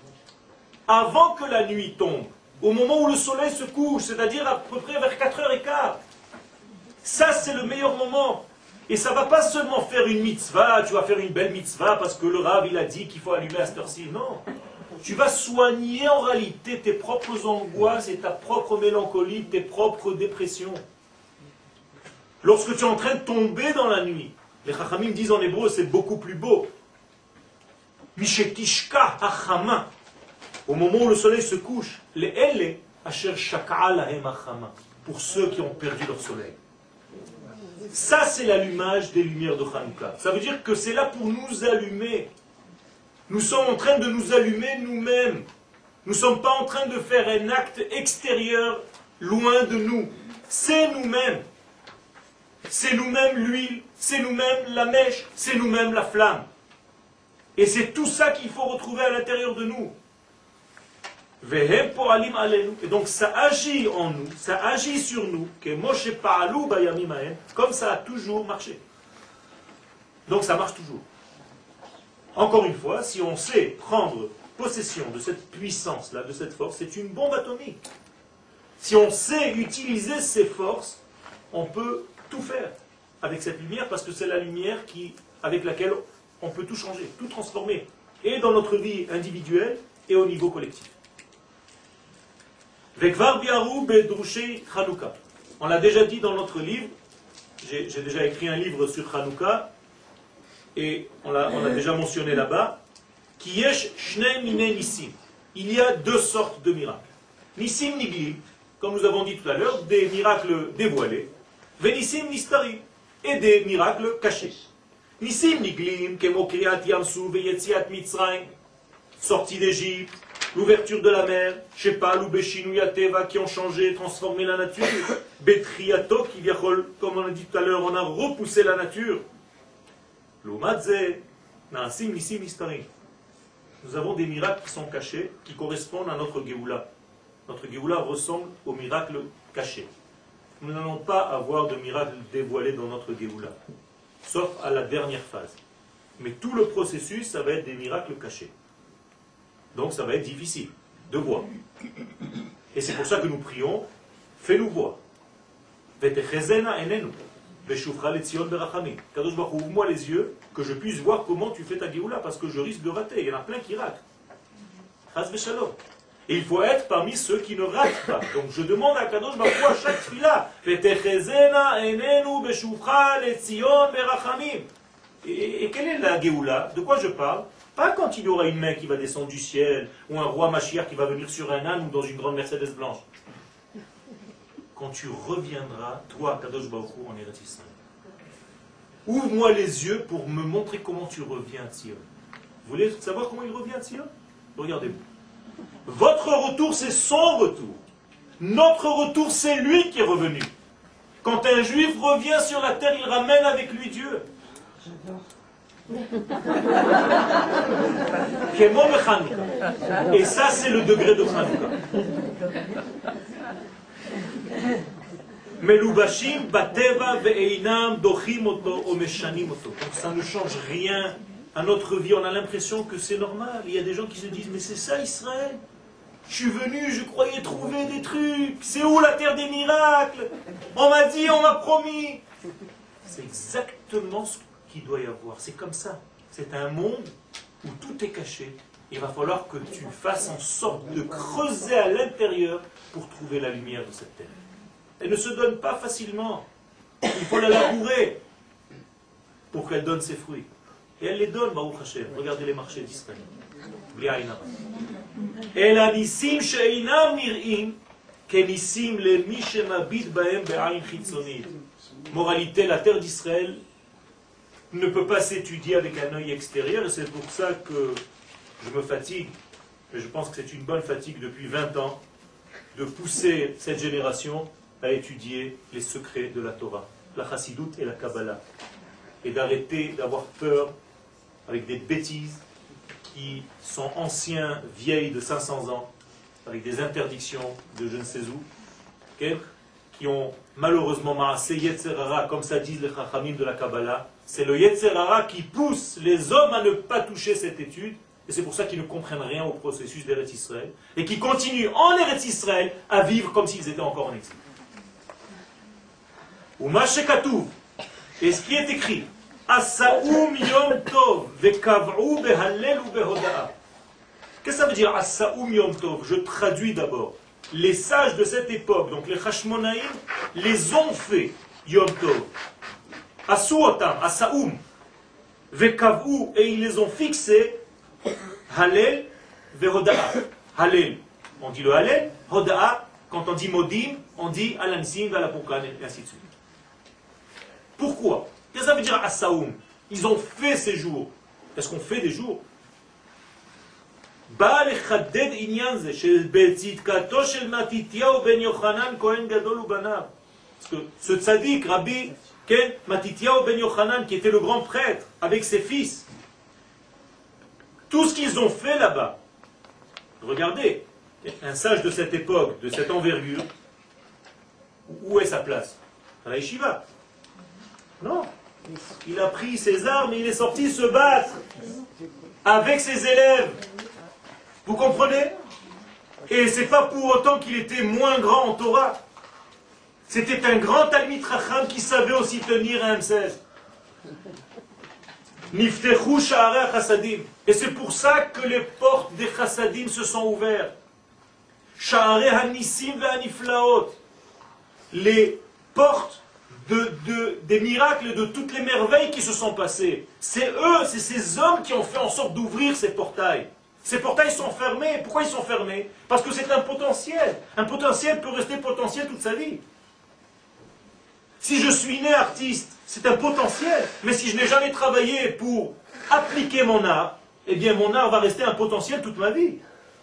Avant que la nuit tombe. Au moment où le soleil se couche, c'est-à-dire à peu près vers quatre heures quinze. Ça, c'est le meilleur moment. Et ça ne va pas seulement faire une mitzvah, tu vas faire une belle mitzvah parce que le Rav, il a dit qu'il faut allumer à cette heure-ci. Non. Tu vas soigner en réalité tes propres angoisses et ta propre mélancolie, tes propres dépressions. Lorsque tu es en train de tomber dans la nuit, les Chachamim disent en hébreu, c'est beaucoup plus beau. Mishetishka achama. Au moment où le soleil se couche, les ele asher shaka'a lahem achama. Pour ceux qui ont perdu leur soleil. Ça, c'est l'allumage des lumières de Hanouka. Ça veut dire que c'est là pour nous allumer. Nous sommes en train de nous allumer nous-mêmes. Nous ne sommes pas en train de faire un acte extérieur loin de nous. C'est nous-mêmes. C'est nous-mêmes l'huile, c'est nous-mêmes la mèche, c'est nous-mêmes la flamme. Et c'est tout ça qu'il faut retrouver à l'intérieur de nous. Et donc ça agit en nous, ça agit sur nous, comme ça a toujours marché. Donc ça marche toujours. Encore une fois, si on sait prendre possession de cette puissance-là, de cette force, c'est une bombe atomique. Si on sait utiliser ces forces, on peut tout faire avec cette lumière, parce que c'est la lumière qui, avec laquelle on peut tout changer, tout transformer, et dans notre vie individuelle et au niveau collectif. On l'a déjà dit dans notre livre, j'ai déjà écrit un livre sur Hanouka, et on l'a on a déjà mentionné là-bas, Kiyesh Shnei Mine Nissim. Il y a deux sortes de miracles. Nissim Nigli, comme nous avons dit tout à l'heure, des miracles dévoilés, Venissim Nistari, et des miracles cachés. Nissim Niglim, Kemo Kriyat Yamsu, Veyetziat Mitzrayim, sortie d'Égypte, l'ouverture de la mer, Shepal ou Beshinou Yateva qui ont changé, transformé la nature, Betriato qui viachol, comme on a dit tout à l'heure, on a repoussé la nature. L'Umadze, Naasim Nissim Nistarim. Nous avons des miracles qui sont cachés, qui correspondent à notre Géoula. Notre Géoula ressemble aux miracles cachés. Nous n'allons pas avoir de miracles dévoilés dans notre Géoula, sauf à la dernière phase. Mais tout le processus, ça va être des miracles cachés. Donc ça va être difficile de voir. Et c'est pour ça que nous prions, fais-nous voir. Kadosh Baruch Hu, ouvre-moi les yeux, que je puisse voir comment tu fais ta Géoula, parce que je risque de rater. Il y en a plein qui ratent. Chas v'shalom. Et il faut être parmi ceux qui ne ratent pas. Donc je demande à Kadosh Baruch Hu à chaque fila, et, et quelle est la Géoula? De quoi je parle? Pas quand il y aura une main qui va descendre du ciel, ou un roi Mashiach qui va venir sur un âne ou dans une grande Mercedes blanche. Quand tu reviendras, toi, Kadosh Baruch Hu, en Eretz Yisraël. Ouvre-moi les yeux pour me montrer comment tu reviens à Tzion. Vous voulez savoir comment il revient à Tzion? Regardez-vous. Votre retour, c'est son retour. Notre retour, c'est lui qui est revenu. Quand un juif revient sur la terre, il ramène avec lui Dieu. Et ça, c'est le degré de Hanouka. Melubashim bateva ve'einam dochim oto o meshanim oto. Donc ça ne change rien à notre vie, on a l'impression que c'est normal. Il y a des gens qui se disent, mais c'est ça Israël? Je suis venu, je croyais trouver des trucs. C'est où la terre des miracles? On m'a dit, on m'a promis. C'est exactement ce qu'il doit y avoir. C'est comme ça. C'est un monde où tout est caché. Il va falloir que tu fasses en sorte de creuser à l'intérieur pour trouver la lumière de cette terre. Elle ne se donne pas facilement. Il faut la labourer pour qu'elle donne ses fruits. Et elle les donne, Baruch Hashem. Regardez les marchés d'Israël. Moralité, la terre d'Israël ne peut pas s'étudier avec un œil extérieur, et c'est pour ça que je me fatigue, et je pense que c'est une bonne fatigue depuis vingt ans, de pousser cette génération à étudier les secrets de la Torah, la Chassidoute et la Kabbalah, et d'arrêter d'avoir peur avec des bêtises qui sont anciens, vieilles de cinq cents ans, avec des interdictions de je ne sais où, okay, qui ont malheureusement maassé Yetzer Hara, comme ça disent les Chachamim de la Kabbalah. C'est le Yetzer Hara qui pousse les hommes à ne pas toucher cette étude, et c'est pour ça qu'ils ne comprennent rien au processus d'Eretz Israël, et qui continuent en Eretz Israël à vivre comme s'ils étaient encore en exil. Ou Mashekatouv, et ce qui est écrit, Asaoum Yom Tov, Vekav'u Behallel ou Behoda'a. Qu'est-ce que ça veut dire Asaoum Yom Tov? Je traduis d'abord. Les sages de cette époque, donc les Hashmonaïm, les ont fait Yom Tov. Asuotam, Asaoum, Vekav'u, et ils les ont fixés Hallel, Vehoda'a. Hallel, on dit le Hallel, Hoda'a, quand on dit Modim, on dit Alansim, Valapokan, et ainsi de suite. Pourquoi? Qu'est-ce que ça veut dire Asaoum? Ils ont fait ces jours. Est-ce qu'on fait des jours? Parce que ce tzaddik, Rabbi Ken Matityahu ben Yochanan, qui était le grand prêtre, avec ses fils, tout ce qu'ils ont fait là-bas, regardez, un sage de cette époque, de cette envergure, où est sa place? À la yeshiva. Non. Il a pris ses armes et il est sorti se battre avec ses élèves. Vous comprenez? Et c'est pas pour autant qu'il était moins grand en Torah. C'était un grand Talmid Chacham qui savait aussi tenir un M seize. Niftechu sha'arei chassadim. Et c'est pour ça que les portes des chassadim se sont ouvertes. Sha'arei hanissim ve'aniflaot. Les portes De, de, des miracles, de toutes les merveilles qui se sont passées. C'est eux, c'est ces hommes qui ont fait en sorte d'ouvrir ces portails. Ces portails sont fermés. Pourquoi ils sont fermés? Parce que c'est un potentiel. Un potentiel peut rester potentiel toute sa vie. Si je suis né artiste, c'est un potentiel. Mais si je n'ai jamais travaillé pour appliquer mon art, eh bien mon art va rester un potentiel toute ma vie.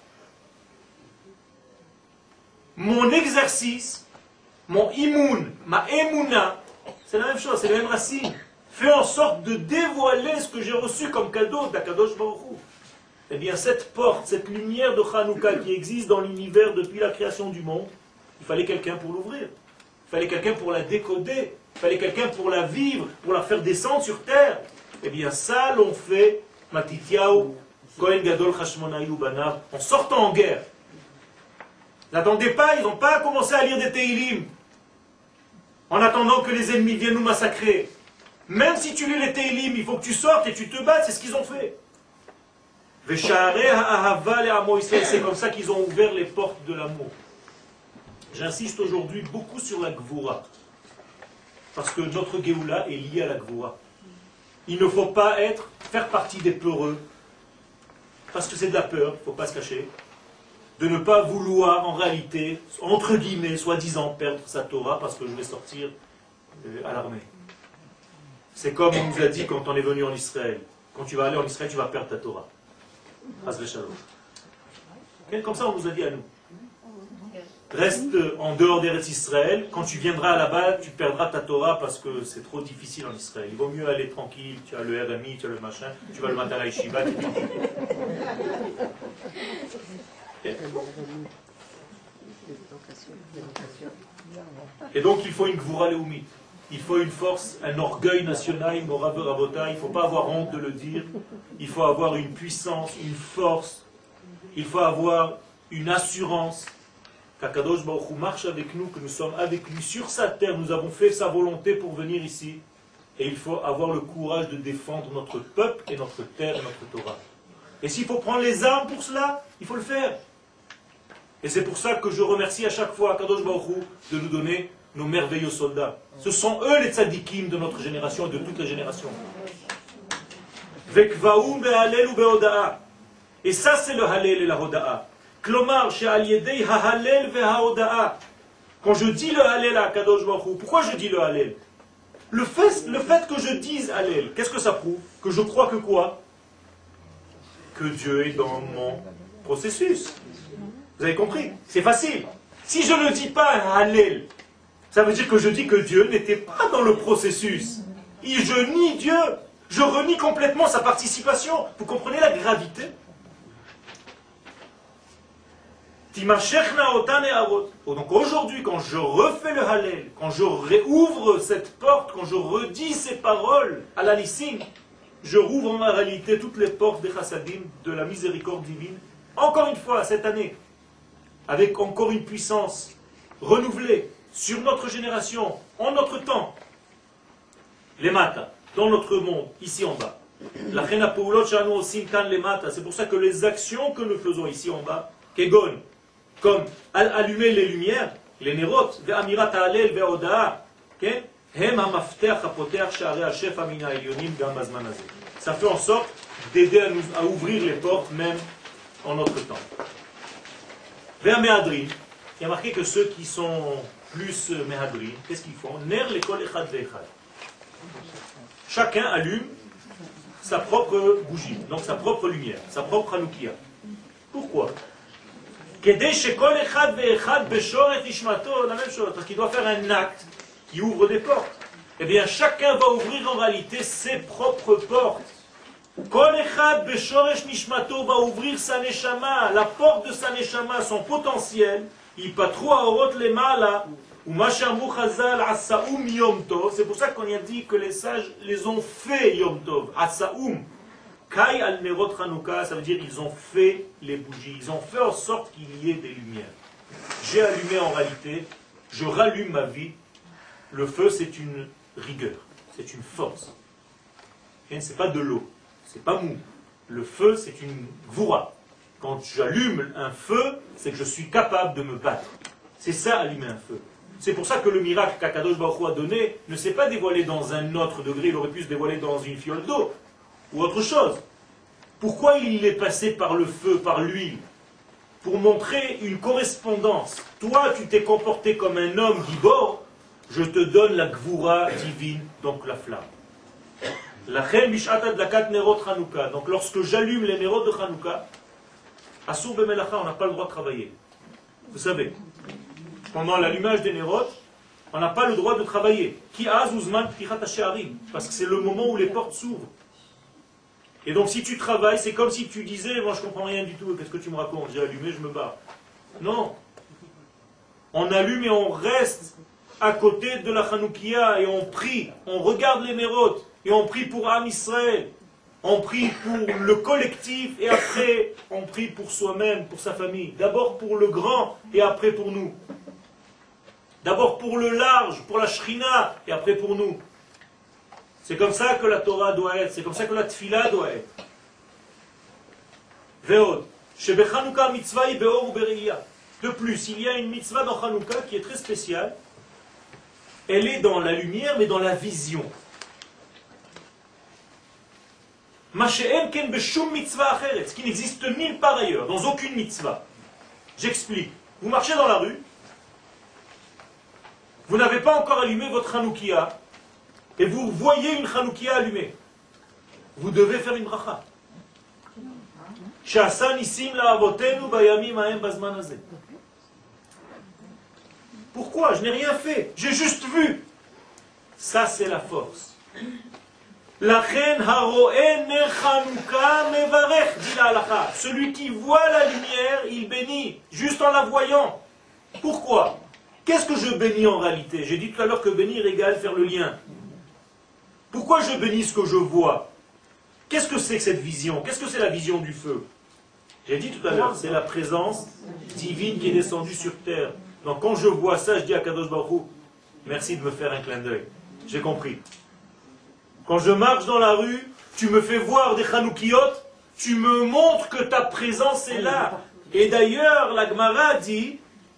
Mon exercice, mon imoun, ma émouna, c'est la même chose, c'est la même racine. Fais en sorte de dévoiler ce que j'ai reçu comme cadeau d'Akadosh Baruch Hu. Eh bien, cette porte, cette lumière de Hanouka qui existe dans l'univers depuis la création du monde, il fallait quelqu'un pour l'ouvrir. Il fallait quelqu'un pour la décoder. Il fallait quelqu'un pour la vivre, pour la faire descendre sur terre. Eh bien, ça l'ont fait Matityahu, Kohen Gadol Hashmonaï Banav, en sortant en guerre. N'attendez pas, ils n'ont pas commencé à lire des Teilim en attendant que les ennemis viennent nous massacrer. Même si tu lis les Teilim, il faut que tu sortes et tu te battes, c'est ce qu'ils ont fait. C'est comme ça qu'ils ont ouvert les portes de l'amour. J'insiste aujourd'hui beaucoup sur la Gvoura, parce que notre Géoula est liée à la Gvoura. Il ne faut pas être, faire partie des peureux, parce que c'est de la peur, il ne faut pas se cacher, de ne pas vouloir en réalité, entre guillemets, soi-disant, perdre sa Torah parce que je vais sortir à l'armée. C'est comme on nous a dit quand on est venu en Israël. Quand tu vas aller en Israël, tu vas perdre ta Torah. Comme ça on nous a dit à nous. Reste en dehors d'Eretz Israël, quand tu viendras là-bas, tu perdras ta Torah parce que c'est trop difficile en Israël. Il vaut mieux aller tranquille, tu as le R M I, tu as le machin, tu vas le matin à la yeshiva, tu Et donc il faut une Gvoura Léoumite. il faut une force, un orgueil national, Morav Rabota, il ne faut pas avoir honte de le dire, il faut avoir une puissance, une force, il faut avoir une assurance qu'Akadosh Baruch Hu marche avec nous, que nous sommes avec lui sur sa terre, nous avons fait sa volonté pour venir ici, et il faut avoir le courage de défendre notre peuple et notre terre et notre Torah. Et s'il faut prendre les armes pour cela, il faut le faire. Et c'est pour ça que je remercie à chaque fois Akadosh Baruch Hu de nous donner nos merveilleux soldats. Ce sont eux les tzadikim de notre génération et de toutes les générations. Vekvaum be'halel ou be'oda'a. Et ça c'est le halel et la hoda'a. Klomar she'al yedei ha'halel ve'ha'oda'a. Quand je dis le halel à Akadosh Baruch Hu, pourquoi je dis le halel? Le fait, le fait que je dise halel, qu'est-ce que ça prouve? Que je crois que quoi? Que Dieu est dans mon processus. Vous avez compris? C'est facile. Si je ne dis pas halel, ça veut dire que je dis que Dieu n'était pas dans le processus. Et je nie Dieu. Je renie complètement sa participation. Vous comprenez la gravité? Donc aujourd'hui, quand je refais le Hallel, quand je réouvre cette porte, quand je redis ces paroles à la Nissim, je rouvre en réalité toutes les portes des chassadim, de la miséricorde divine, encore une fois, cette année, avec encore une puissance renouvelée sur notre génération, en notre temps, les matas, dans notre monde, ici en bas. C'est pour ça que les actions que nous faisons ici en bas, Kegon, comme allumer les lumières, les nérot, ve'amirat ha'alel ve'oda'a, ça fait en sorte d'aider à, nous, à ouvrir les portes même en notre temps. Ve'amehadrin, il y a marqué que ceux qui sont plus mehadrin, qu'est-ce qu'ils font? Ner l'école echad ve'echad. Chacun allume sa propre bougie, donc sa propre lumière, sa propre Hanoukia. Pourquoi? La même chose, parce qu'il doit faire un acte qui ouvre des portes. Eh bien, chacun va ouvrir en réalité ses propres portes. Kol echad beshoresh nishmato va ouvrir sa neshama, la porte de sa neshama, son potentiel. Il patro aorot lemala, ou mashamu chazal asaum yom tov. C'est pour ça qu'on a dit que les sages les ont fait yom tov, asaum. Kai al nerot Hanouka, ça veut dire ils ont fait les bougies, ils ont fait en sorte qu'il y ait des lumières. J'ai allumé en réalité, je rallume ma vie. Le feu c'est une rigueur, c'est une force. Et c'est pas de l'eau, c'est pas mou. Le feu c'est une gvoura. Quand j'allume un feu, c'est que je suis capable de me battre. C'est ça allumer un feu. C'est pour ça que le miracle qu'Akadosh Baruch Hu a donné ne s'est pas dévoilé dans un autre degré, il aurait pu se dévoiler dans une fiole d'eau. Ou autre chose. Pourquoi il est passé par le feu, par l'huile? Pour montrer une correspondance. Toi, tu t'es comporté comme un homme gibor, je te donne la gvoura divine, donc la flamme. La chen bishat adlakat nerot Hanouka. Donc lorsque j'allume les nerot de Hanouka, asur bemelacha, on n'a pas le droit de travailler. Vous savez, pendant l'allumage des nerot, on n'a pas le droit de travailler. Ki az uzman ptichat hasharim, parce que c'est le moment où les portes s'ouvrent. Et donc si tu travailles, c'est comme si tu disais, moi je comprends rien du tout, qu'est-ce que tu me racontes? J'ai allumé, je me barre. Non. On allume et on reste à côté de la Hanoukia et on prie, on regarde les mérotes et on prie pour Am Israël. On prie pour le collectif et après on prie pour soi-même, pour sa famille. D'abord pour le grand et après pour nous. D'abord pour le large, pour la Shrina et après pour nous. C'est comme ça que la Torah doit être, c'est comme ça que la Tfila doit être. Veod, shebe Hanouka mitzvah hi beor u bereia. De plus, il y a une mitzvah dans Hanouka qui est très spéciale. Elle est dans la lumière, mais dans la vision. Ma she'en ken beshum mitzvah acheret, ce qui n'existe nulle part ailleurs, dans aucune mitzvah. J'explique. Vous marchez dans la rue, vous n'avez pas encore allumé votre Hanoukia, et vous voyez une Hanoukia allumée. Vous devez faire une bracha. Pourquoi? Je n'ai rien fait. J'ai juste vu. Ça, c'est la force. Celui qui voit la lumière, il bénit, juste en la voyant. Pourquoi? Qu'est-ce que je bénis en réalité? J'ai dit tout à l'heure que bénir égale faire le lien. Pourquoi je bénis ce que je vois? Qu'est-ce que c'est que cette vision? Qu'est-ce que c'est la vision du feu? J'ai dit tout à l'heure, c'est la présence divine qui est descendue sur terre. Donc quand je vois ça, je dis à Kadosh Baruch Hu, merci de me faire un clin d'œil. J'ai compris. Quand je marche dans la rue, tu me fais voir des Chanoukiyot, tu me montres que ta présence est là. Et d'ailleurs, la Gemara dit,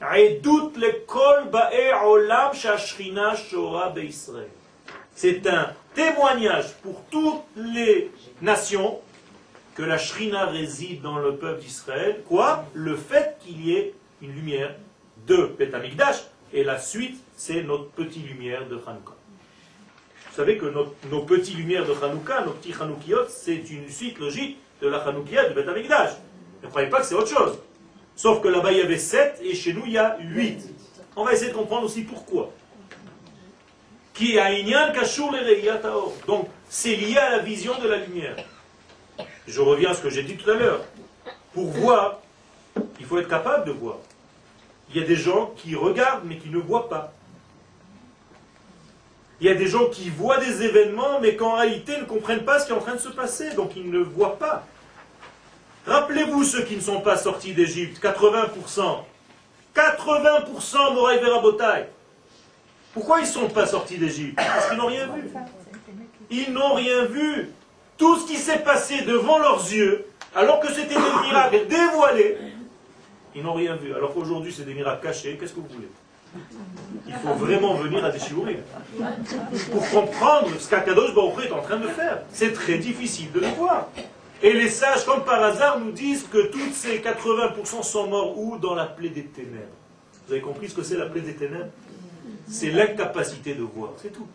c'est un témoignage pour toutes les nations que la Shrina réside dans le peuple d'Israël. Quoi? Le fait qu'il y ait une lumière de Beth Amikdash, et la suite, c'est notre petite lumière de Hanouka. Vous savez que nos, nos petites lumières de Hanouka, nos petits Hanoukiyot, c'est une suite logique de la Hanoukia du Beth Amikdash. Ne croyez pas que c'est autre chose. Sauf que là-bas il y avait sept et chez nous il y a huit. On va essayer de comprendre aussi pourquoi. Qui a inyan kashur le reiyat haor. Donc c'est lié à la vision de la lumière. Je reviens à ce que j'ai dit tout à l'heure. Pour voir, il faut être capable de voir. Il y a des gens qui regardent mais qui ne voient pas. Il y a des gens qui voient des événements mais qu'en réalité ne comprennent pas ce qui est en train de se passer, donc ils ne voient pas. Rappelez-vous ceux qui ne sont pas sortis d'Égypte, quatre-vingts pour cent. quatre-vingts pour cent Moraï Verabotai. Pourquoi ils ne sont pas sortis d'Égypte? Parce qu'ils n'ont rien vu. Ils n'ont rien vu. Tout ce qui s'est passé devant leurs yeux, alors que c'était des miracles dévoilés, ils n'ont rien vu. Alors qu'aujourd'hui c'est des miracles cachés, qu'est-ce que vous voulez? Il faut vraiment venir à des shiurim pour comprendre ce qu'Akadosh Baruch Hu est en train de faire. C'est très difficile de le voir. Et les sages, comme par hasard, nous disent que tous ces quatre-vingts pour cent sont morts où? Dans la plaie des ténèbres. Vous avez compris ce que c'est la plaie des ténèbres? C'est l'incapacité de voir, c'est tout.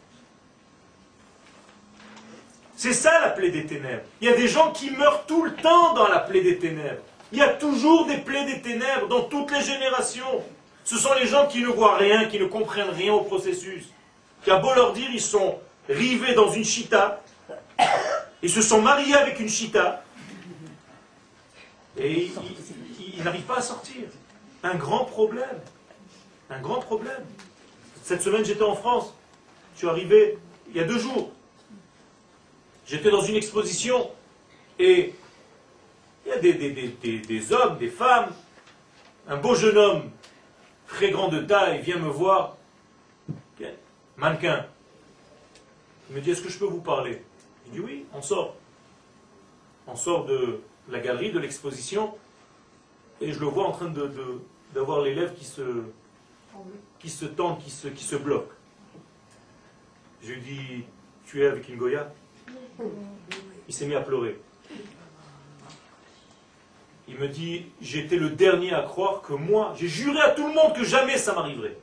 C'est ça la plaie des ténèbres. Il y a des gens qui meurent tout le temps dans la plaie des ténèbres. Il y a toujours des plaies des ténèbres dans toutes les générations. Ce sont les gens qui ne voient rien, qui ne comprennent rien au processus. Qui a beau leur dire, ils sont rivés dans une chita, ils se sont mariés avec une chita, et ils, ils, ils n'arrivent pas à sortir. Un grand problème. Un grand problème. Cette semaine, j'étais en France. Je suis arrivé il y a deux jours. J'étais dans une exposition, et il y a des, des, des, des, des hommes, des femmes. Un beau jeune homme, très grand de taille, vient me voir. Okay. Mannequin. Il me dit, est-ce que je peux vous parler? Je dis oui, on sort. On sort de la galerie, de l'exposition, et je le vois en train de, de, d'avoir les lèvres qui se, qui se tendent, qui se, qui se bloquent. Je lui dis, tu es avec une Goya? Il s'est mis à pleurer. Il me dit, j'étais le dernier à croire que moi, j'ai juré à tout le monde que jamais ça m'arriverait.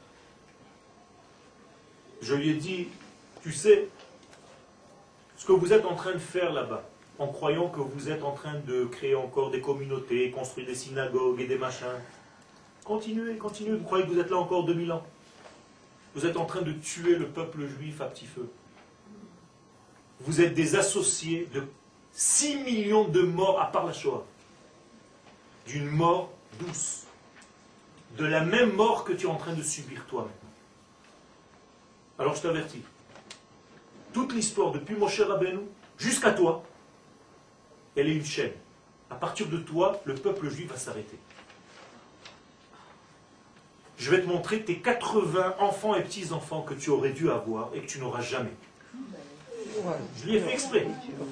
Je lui ai dit, tu sais, ce que vous êtes en train de faire là-bas, en croyant que vous êtes en train de créer encore des communautés, construire des synagogues et des machins, continuez, continuez, vous croyez que vous êtes là encore deux mille ans. Vous êtes en train de tuer le peuple juif à petit feu. Vous êtes des associés de six millions de morts à part la Shoah. D'une mort douce. De la même mort que tu es en train de subir toi maintenant. Alors je t'avertis. Toute l'histoire, depuis Moshe Rabbeinu jusqu'à toi, elle est une chaîne. À partir de toi, le peuple juif va s'arrêter. Je vais te montrer tes quatre-vingts enfants et petits-enfants que tu aurais dû avoir et que tu n'auras jamais. Je lui ai fait exprès.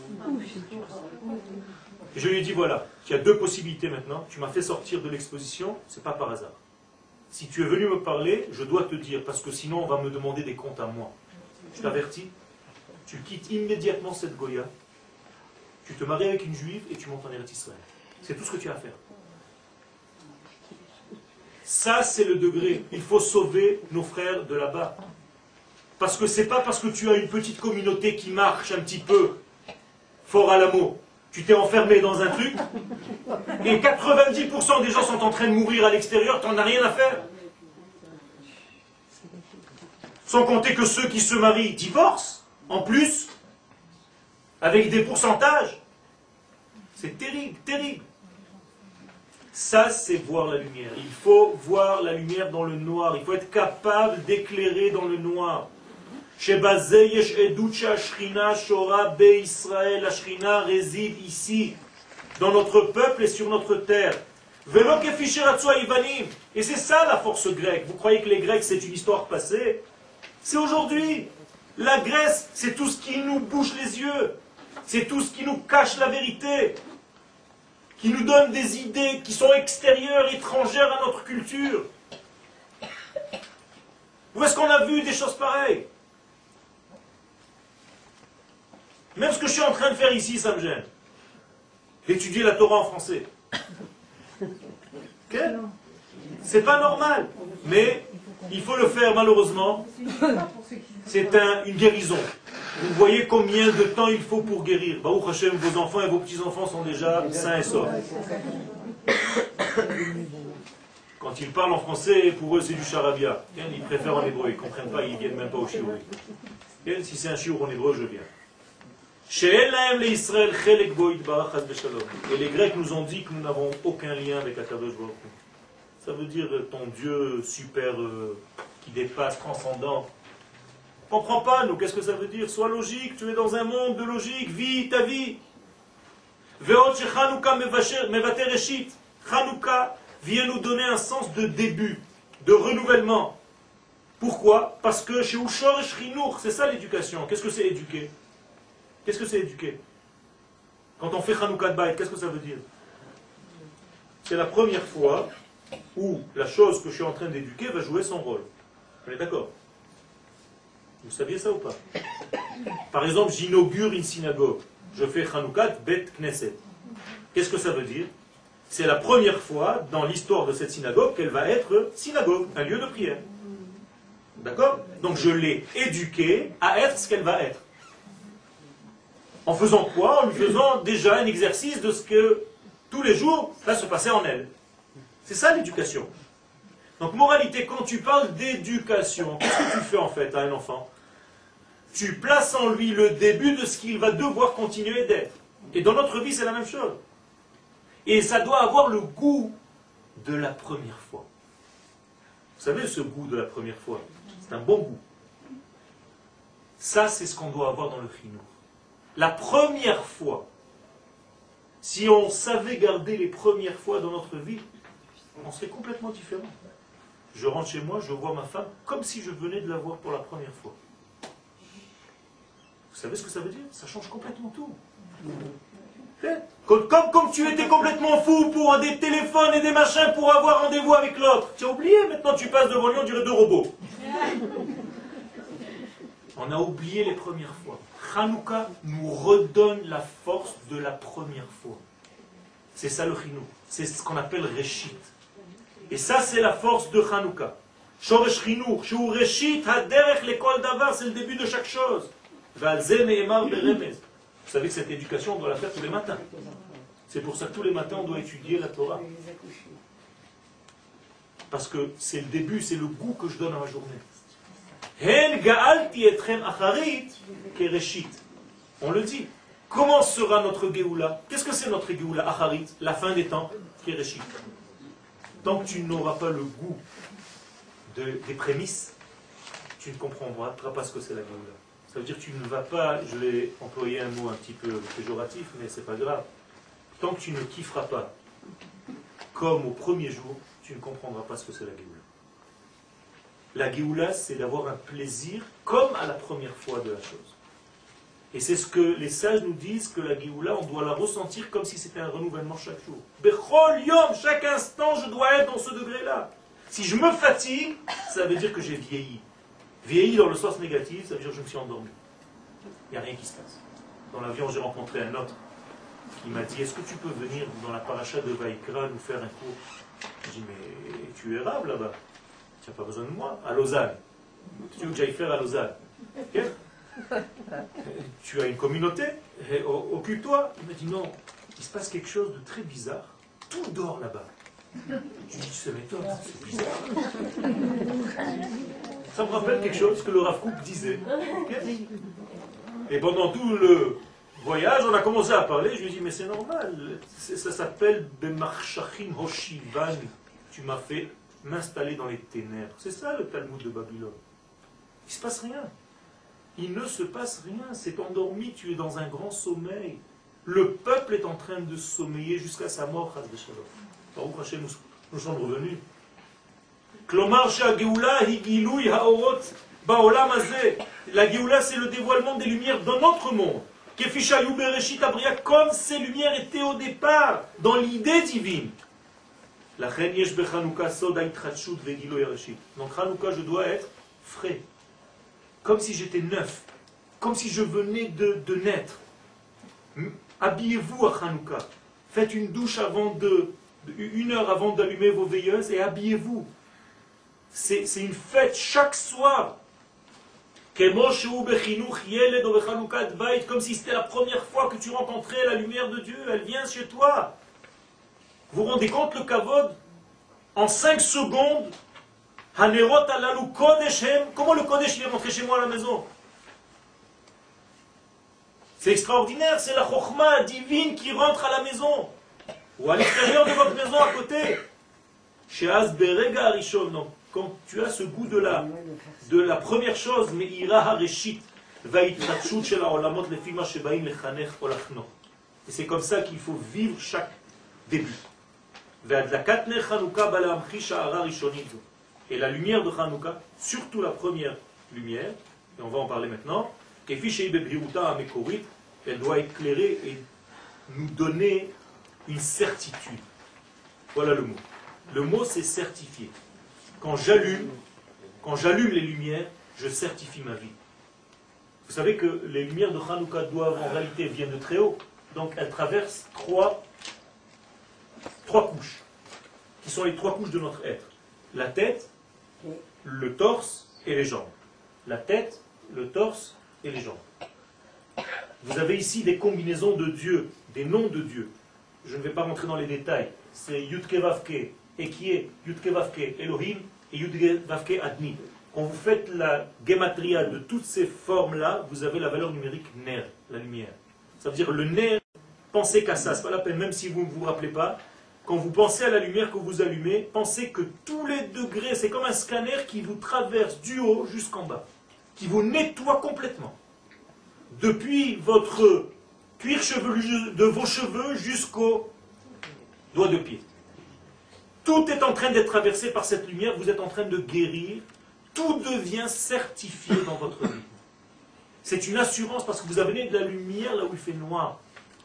Et je lui ai dit, voilà, il y a deux possibilités maintenant. Tu m'as fait sortir de l'exposition, c'est pas par hasard. Si tu es venu me parler, je dois te dire, parce que sinon on va me demander des comptes à moi. Je t'avertis, tu quittes immédiatement cette Goya, tu te maries avec une juive et tu montes en Eretz Israël. C'est tout ce que tu as à faire. Ça, c'est le degré. Il faut sauver nos frères de là-bas. Parce que c'est pas parce que tu as une petite communauté qui marche un petit peu fort à l'amour. Tu t'es enfermé dans un truc et quatre-vingt-dix pour cent des gens sont en train de mourir à l'extérieur, tu n'en as rien à faire. Sans compter que ceux qui se marient divorcent, en plus, avec des pourcentages. C'est terrible, terrible. Ça, c'est voir la lumière. Il faut voir la lumière dans le noir. Il faut être capable d'éclairer dans le noir. La Shrina réside ici, dans notre peuple et sur notre terre. Et c'est ça la force grecque. Vous croyez que les Grecs, c'est une histoire passée? C'est aujourd'hui. La Grèce, c'est tout ce qui nous bouche les yeux. C'est tout ce qui nous cache la vérité. Qui nous donne des idées qui sont extérieures, étrangères à notre culture. Où est-ce qu'on a vu des choses pareilles? Même ce que je suis en train de faire ici, ça me gêne. D'étudier la Torah en français. Okay? C'est pas normal. Mais il faut le faire malheureusement. C'est un, une guérison. Vous voyez combien de temps il faut pour guérir. Baruch Hashem, vos enfants et vos petits-enfants sont déjà sains et saufs. Quand ils parlent en français, pour eux c'est du charabia. Ils préfèrent en hébreu, ils ne comprennent pas, ils ne viennent même pas au shiur. Si c'est un shiur en hébreu, je viens. Et les Grecs nous ont dit que nous n'avons aucun lien avec Akadosh Baruch Hu. Ça veut dire ton Dieu super, euh, qui dépasse, transcendant. On ne comprend pas, nous, qu'est-ce que ça veut dire? Sois logique, tu es dans un monde de logique, vis ta vie. Chanukah vient nous donner un sens de début, de renouvellement. Pourquoi? Parce que chez Ushor et Shrinour, c'est ça l'éducation. Qu'est-ce que c'est éduquer? Qu'est-ce que c'est éduquer? Quand on fait Chanukah de Bayt, qu'est-ce que ça veut dire? C'est la première fois où la chose que je suis en train d'éduquer va jouer son rôle. On est d'accord? Vous saviez ça ou pas? Par exemple, j'inaugure une synagogue. Je fais Chanukah Bet Knesset. Qu'est-ce que ça veut dire? C'est la première fois dans l'histoire de cette synagogue qu'elle va être synagogue, un lieu de prière. D'accord? Donc je l'ai éduquée à être ce qu'elle va être. En faisant quoi? En lui faisant déjà un exercice de ce que tous les jours va se passer en elle. C'est ça l'éducation. Donc moralité, quand tu parles d'éducation, qu'est-ce que tu fais en fait à un enfant? Tu places en lui le début de ce qu'il va devoir continuer d'être. Et dans notre vie, c'est la même chose. Et ça doit avoir le goût de la première fois. Vous savez, ce goût de la première fois, c'est un bon goût. Ça, c'est ce qu'on doit avoir dans le chinour. La première fois, si on savait garder les premières fois dans notre vie, on serait complètement différent. Je rentre chez moi, je vois ma femme comme si je venais de la voir pour la première fois. Vous savez ce que ça veut dire? Ça change complètement tout. Comme, comme, comme tu étais complètement fou pour des téléphones et des machins pour avoir rendez-vous avec l'autre. Tu as oublié, maintenant tu passes devant lui, on dirait deux robots. On a oublié les premières fois. Chanukah nous redonne la force de la première fois. C'est ça le chinou. C'est ce qu'on appelle Réchit. Et ça, c'est la force de Chanukah. Shoresh Chinour, Shou Réchit, Haderech Lekol Davar, c'est le début de chaque chose. Valze Me'emar Beremez. Vous savez que cette éducation, on doit la faire tous les matins. C'est pour ça que tous les matins, on doit étudier la Torah. Parce que c'est le début, c'est le goût que je donne à ma journée. Hen Ga'alti Etrem Acharit Kereshit. On le dit. Comment sera notre Géoula? Qu'est-ce que c'est notre Géoula Acharit? La fin des temps, Kereshit. Tant que tu n'auras pas le goût de, des prémices, tu ne comprendras pas ce que c'est la Géoula. Ça veut dire que tu ne vas pas, je vais employer un mot un petit peu péjoratif, mais c'est pas grave. Tant que tu ne kifferas pas, comme au premier jour, tu ne comprendras pas ce que c'est la Géoula. La Géoula, c'est d'avoir un plaisir comme à la première fois de la chose. Et c'est ce que les sages nous disent, que la Géoula, on doit la ressentir comme si c'était un renouvellement chaque jour. Bechol yom, chaque instant, je dois être dans ce degré-là. Si je me fatigue, ça veut dire que j'ai vieilli. Vieilli dans le sens négatif, ça veut dire que je me suis endormi. Il n'y a rien qui se passe. Dans l'avion, j'ai rencontré un autre qui m'a dit, est-ce que tu peux venir dans la paracha de Vaïkra nous faire un cours? Je dis, mais tu es arabe là-bas. Tu n'as pas besoin de moi. À Lausanne. Tu veux que j'aille faire à Lausanne? Okay? Tu as une communauté? Occupe-toi. Il m'a dit, non, il se passe quelque chose de très bizarre. Tout dort là-bas. Je lui dis, ça m'étonne, c'est bizarre. Ça me rappelle quelque chose que le Rav Kook disait. Okay? Et pendant tout le voyage, on a commencé à parler, je lui ai dit, mais c'est normal, ça s'appelle Bemarshachim Hoshivan, tu m'as fait m'installer dans les ténèbres. C'est ça le Talmud de Babylone. Il ne se passe rien. Il ne se passe rien, c'est endormi, tu es dans un grand sommeil. Le peuple est en train de sommeiller jusqu'à sa mort, Chas v'Shalom. Baruch Hashem, nous, nous sommes revenus. Klomar she'hageoula hi gilui ha'orot ba'olam hazeh. La Géoula, c'est le dévoilement des lumières dans notre monde. Kefi shayu bereshit abria, comme ces lumières étaient au départ, dans l'idée divine. Lachen yesh bechanouka sod ha'itchatshut ve'gilui hareshit. Donc Hanouka, je dois être frais. Comme si j'étais neuf. Comme si je venais de, de naître. Habillez-vous à Hanouka. Faites une douche avant de, une heure avant d'allumer vos veilleuses et habillez-vous. C'est une fête chaque soir. Comme si c'était la première fois que tu rencontrais la lumière de Dieu. Elle vient chez toi. Vous vous rendez compte le kavod? En cinq secondes, Hanerot alalu kodeshem. Comment le kodesh est rentré chez moi à la maison? C'est extraordinaire, c'est la chokhma divine qui rentre à la maison. Ou à l'extérieur de votre maison à côté. Sheaz berega arishon. Donc, quand tu as ce goût de la, de la première chose, mais ira hareshit, vaitratshut shel haolamot lefi ma shebaim lechanech olachno. Et c'est comme ça qu'il faut vivre chaque début. Ve'adlakat ner Chanukah ba le'amchi sha'ara rishonit zo. Et la lumière de Hanouka, surtout la première lumière, et on va en parler maintenant, elle doit éclairer et nous donner une certitude. Voilà le mot. Le mot c'est certifier. Quand j'allume, quand j'allume les lumières, je certifie ma vie. Vous savez que les lumières de Hanouka doivent en réalité viennent de très haut. Donc elles traversent trois, trois couches, qui sont les trois couches de notre être. La tête, le torse et les jambes. La tête, le torse et les jambes. Vous avez ici des combinaisons de Dieu, des noms de Dieu. Je ne vais pas rentrer dans les détails. C'est Yudke Vavke, Ekie, Yudke Vavke, Elohim et Yudke Vavke Adni. Quand vous faites la gematria de toutes ces formes-là, vous avez la valeur numérique ner, la lumière. Ça veut dire le ner, pensez qu'à ça, c'est pas la peine, même si vous ne vous rappelez pas. Quand vous pensez à la lumière que vous allumez, pensez que tous les degrés, c'est comme un scanner qui vous traverse du haut jusqu'en bas, qui vous nettoie complètement. Depuis votre cuir chevelu de vos cheveux jusqu'au doigt de pied. Tout est en train d'être traversé par cette lumière, vous êtes en train de guérir, tout devient certifié dans votre vie. C'est une assurance parce que vous avez de la lumière là où il fait noir.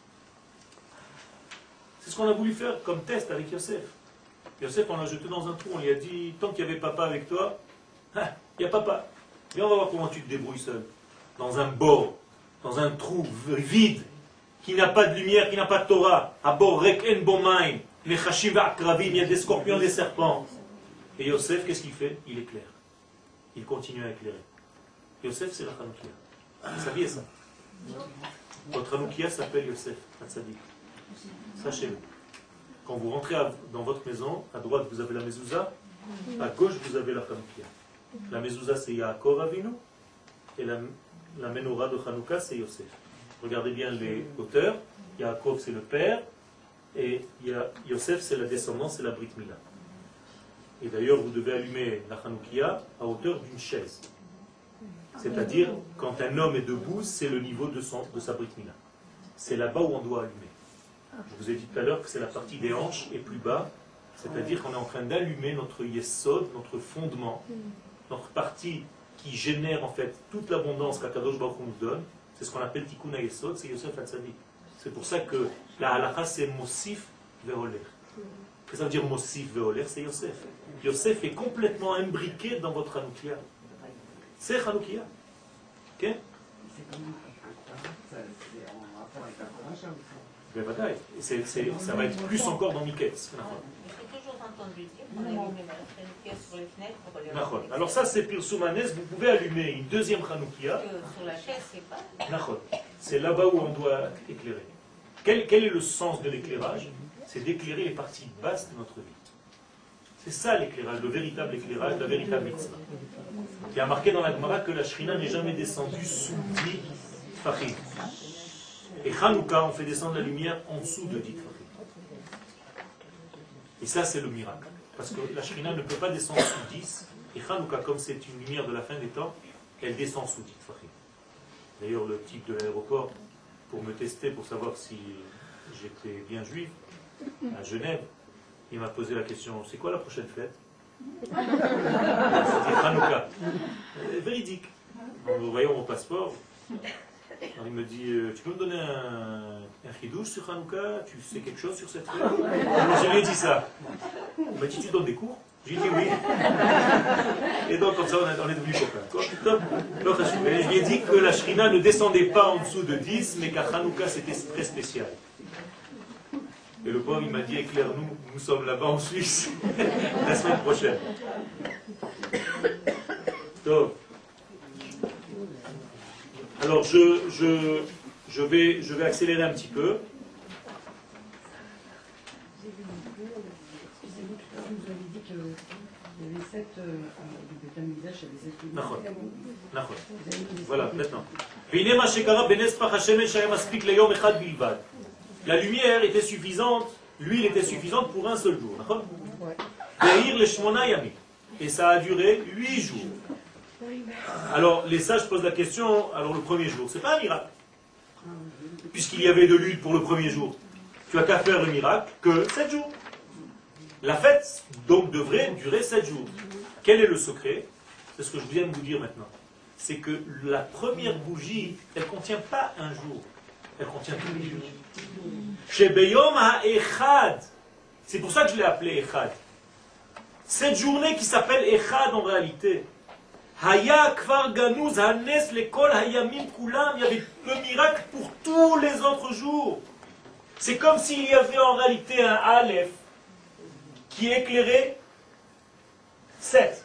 C'est ce qu'on a voulu faire comme test avec Yosef. Yosef, on l'a jeté dans un trou, on lui a dit, tant qu'il y avait papa avec toi, il y a papa. Viens, on va voir comment tu te débrouilles seul. Dans un bord, dans un trou vide, qui n'a pas de lumière, qui n'a pas de Torah. À bord, rek en bomain, les chashim va'akravim, il y a des scorpions, des serpents. Et Yosef, qu'est-ce qu'il fait? Il éclaire. Il continue à éclairer. Yosef, c'est la Hanoukia. Vous saviez ça? Votre Hanoukia s'appelle Yosef, Hatzadik. Sachez-le. Quand vous rentrez à, dans votre maison, à droite vous avez la mezouza, à gauche vous avez la Hanoukia. La mezouza c'est Yaakov Avinu, et la, la menorah de Hanouka c'est Yosef. Regardez bien les hauteurs. Yaakov c'est le père, et Yosef c'est la descendance, c'est la Brit Mila. Et d'ailleurs vous devez allumer la Hanoukia à hauteur d'une chaise. C'est-à-dire, quand un homme est debout, c'est le niveau de, son, de sa Brit Mila. C'est là-bas où on doit allumer. Je vous ai dit tout à l'heure que c'est la partie des hanches et plus bas, c'est-à-dire qu'on est en train d'allumer notre yesod, notre fondement, notre partie qui génère en fait toute l'abondance qu'Akadosh Baruch Hu nous donne. C'est ce qu'on appelle Tikkun HaYesod, c'est Yosef Hatzadik. C'est pour ça que la halakha c'est Mosif Ve'oler. Qu'est-ce que ça veut dire Mosif Ve'oler? C'est Yosef. Yosef est complètement imbriqué dans votre Hanoukia. C'est Hanoukia. Ok? C'est, c'est, ça va être plus encore dans Miketz. J'ai toujours entendu dire qu'on allumait la Hanoukia sur les fenêtres pour les refléter. Alors ça c'est Pirsumanes, vous pouvez allumer une deuxième Hanoukia. Sur la chaise, c'est pas. C'est là-bas où on doit éclairer. Quel, quel est le sens de l'éclairage? C'est d'éclairer les parties basses de notre vie. C'est ça l'éclairage, le véritable éclairage, la véritable mitzvah. Il y a marqué dans la Gemara que la Shrina n'est jamais descendue sous dix fachim. Et Hanouka, on fait descendre la lumière en dessous de dix Tfachim. Et ça, c'est le miracle. Parce que la Shrina ne peut pas descendre sous dix. Et Hanouka, comme c'est une lumière de la fin des temps, elle descend sous dix Tfachim. D'ailleurs, le type de l'aéroport, pour me tester, pour savoir si j'étais bien juif, à Genève, il m'a posé la question, c'est quoi la prochaine fête? C'était Hanouka. Euh, véridique. Nous voyons mon passeport. Alors il me dit, euh, tu peux me donner un, un chidouche sur Hanouka? Tu sais quelque chose sur cette fête? Alors je lui ai dit ça. Il m'a dit, tu donnes des cours? J'ai dit oui. Et donc comme ça on, a, on est devenus copains. Et je lui ai dit que la Shrina ne descendait pas en dessous de dix, mais qu'à Hanouka c'était très spécial. Et le pauvre il m'a dit, éclaire-nous, nous sommes là-bas en Suisse, la semaine prochaine. Donc, alors je, je, je, vais, je vais accélérer un petit peu. Excusez-moi, tout à l'heure vous avez dit qu'il y avait sept euh, du Beth Amikdash, il y avait sept D'accord. D'accord. Voilà, maintenant. La lumière était suffisante, l'huile était suffisante pour un seul jour. D'accord? Et ça a duré huit jours. Alors, les sages posent la question, alors le premier jour, c'est pas un miracle. Puisqu'il y avait de l'huile pour le premier jour. Tu as qu'à faire le miracle que sept jours. La fête, donc, devrait durer sept jours. Quel est le secret? C'est ce que je viens de vous dire maintenant. C'est que la première bougie, elle ne contient pas un jour. Elle contient tous les jours. Chez Beyom ha-Echad. C'est pour ça que je l'ai appelé Echad. Cette journée qui s'appelle Echad en réalité. Haya kvar ganuz hanes lekol hayamim kulam. Il y avait le miracle pour tous les autres jours. C'est comme s'il y avait en réalité un Aleph qui éclairait sept.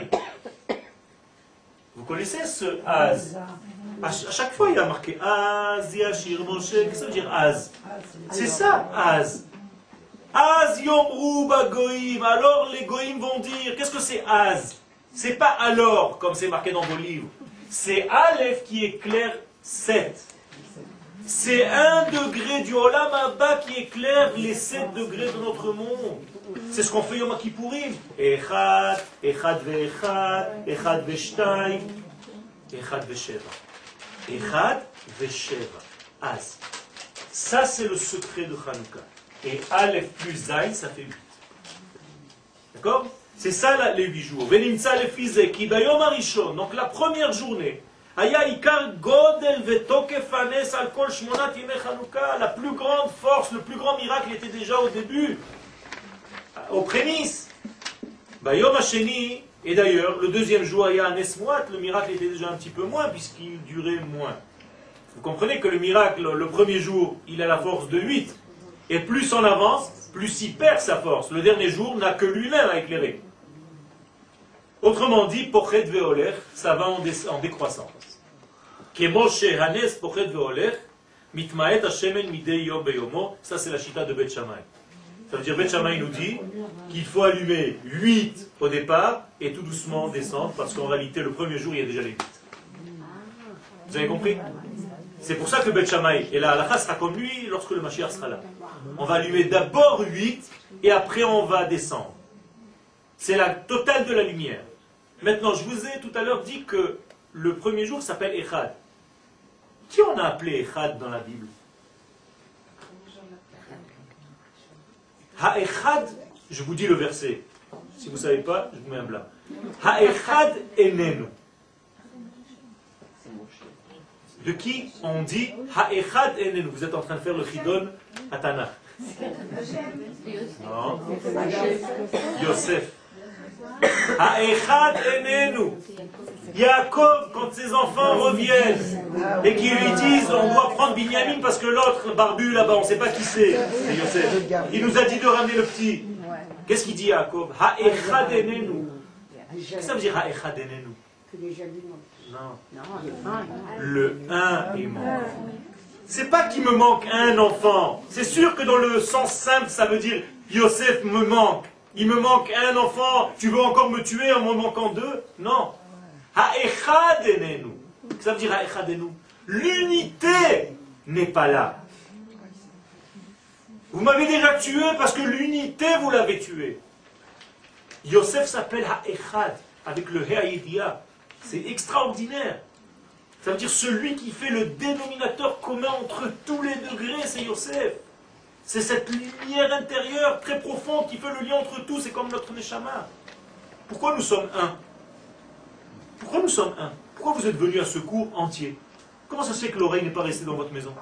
Vous connaissez ce Az? À chaque fois il y a marqué Az, Yashir, Moshe. Qu'est-ce que ça veut dire Az? C'est ça, Az. Az yomru bagoïm. Alors les goïms vont dire, qu'est-ce que c'est Az? C'est pas alors, comme c'est marqué dans vos livres. C'est Aleph qui éclaire sept. C'est un degré du Olam Abba qui éclaire les sept degrés de notre monde. C'est ce qu'on fait Yom Kippourim. Echad, Echad ve'echad, Echad ve'shtaim, Echad ve'sheva. Echad ve'sheva. Az. Ça, c'est le secret de Hanouka. Et Aleph plus Zayn, ça fait huit. D'accord? C'est ça là, les huit jours. Venimtsa le fizé, ki bayom arishon. Donc la première journée. Aya ikar godel vetokef hanes al kol shmonat yemei Hanouka. La plus grande force, le plus grand miracle était déjà au début. Aux prémices. Bayom hasheni. Et d'ailleurs, le deuxième jour, Aya anes moat. Le miracle était déjà un petit peu moins, puisqu'il durait moins. Vous comprenez que le miracle, le premier jour, il a la force de huit. Et plus on avance, plus il perd sa force. Le dernier jour n'a que lui-même à éclairer. Autrement dit, pochet ve'oler, ça va en, dé en décroissance. Kemoshe hanes pochet ve'oler, mitmaet hashemen midei yom beyomo. Ça c'est la chita de Beth Shammai. Ça veut dire Beth Shammai nous dit qu'il faut allumer huit au départ et tout doucement descendre, parce qu'en réalité le premier jour il y a déjà les huit. Vous avez compris? C'est pour ça que Beth Shammai, et la halakha sera comme lui lorsque le Mashiach sera là. On va allumer d'abord huit et après on va descendre. C'est la totale de la lumière. Maintenant, je vous ai tout à l'heure dit que le premier jour s'appelle Echad. Qui on a appelé Echad dans la Bible? Ha-Echad, je vous dis le verset. Si vous ne savez pas, je vous mets un blanc. Ha-Echad enenu. De qui on dit Ha-Echad enenu? Vous êtes en train de faire le chidon à Tanakh. Non. Yosef. Ha-Echad enenu. Yaakov, quand ses enfants reviennent et qu'ils lui disent on doit prendre Binyamin parce que l'autre barbu là-bas, on ne sait pas qui c'est, c'est Yosef. Il nous a dit de ramener le petit. Qu'est-ce qu'il dit Yaakov? Ha-Echad enenu. Qu'est-ce que ça veut dire Ha-Echad enenu? Non. Le un est manquant. C'est pas qu'il me manque un enfant. C'est sûr que dans le sens simple, ça veut dire Yosef me manque. Il me manque un enfant. Tu veux encore me tuer en me manquant deux? Non. Ha-Echad enenu. Ça veut dire Ha-Echad enenu. L'unité n'est pas là. Vous m'avez déjà tué parce que l'unité, vous l'avez tué. Yosef s'appelle Ha'echad, avec le Ha'idiyah. C'est extraordinaire. Ça veut dire celui qui fait le dénominateur commun entre tous les degrés, c'est Yosef. C'est cette lumière intérieure très profonde qui fait le lien entre tous, c'est comme notre Neshama. Pourquoi nous sommes un? Pourquoi nous sommes un? Pourquoi vous êtes venus à ce cours entier? Comment ça se fait que l'oreille n'est pas restée dans votre maison?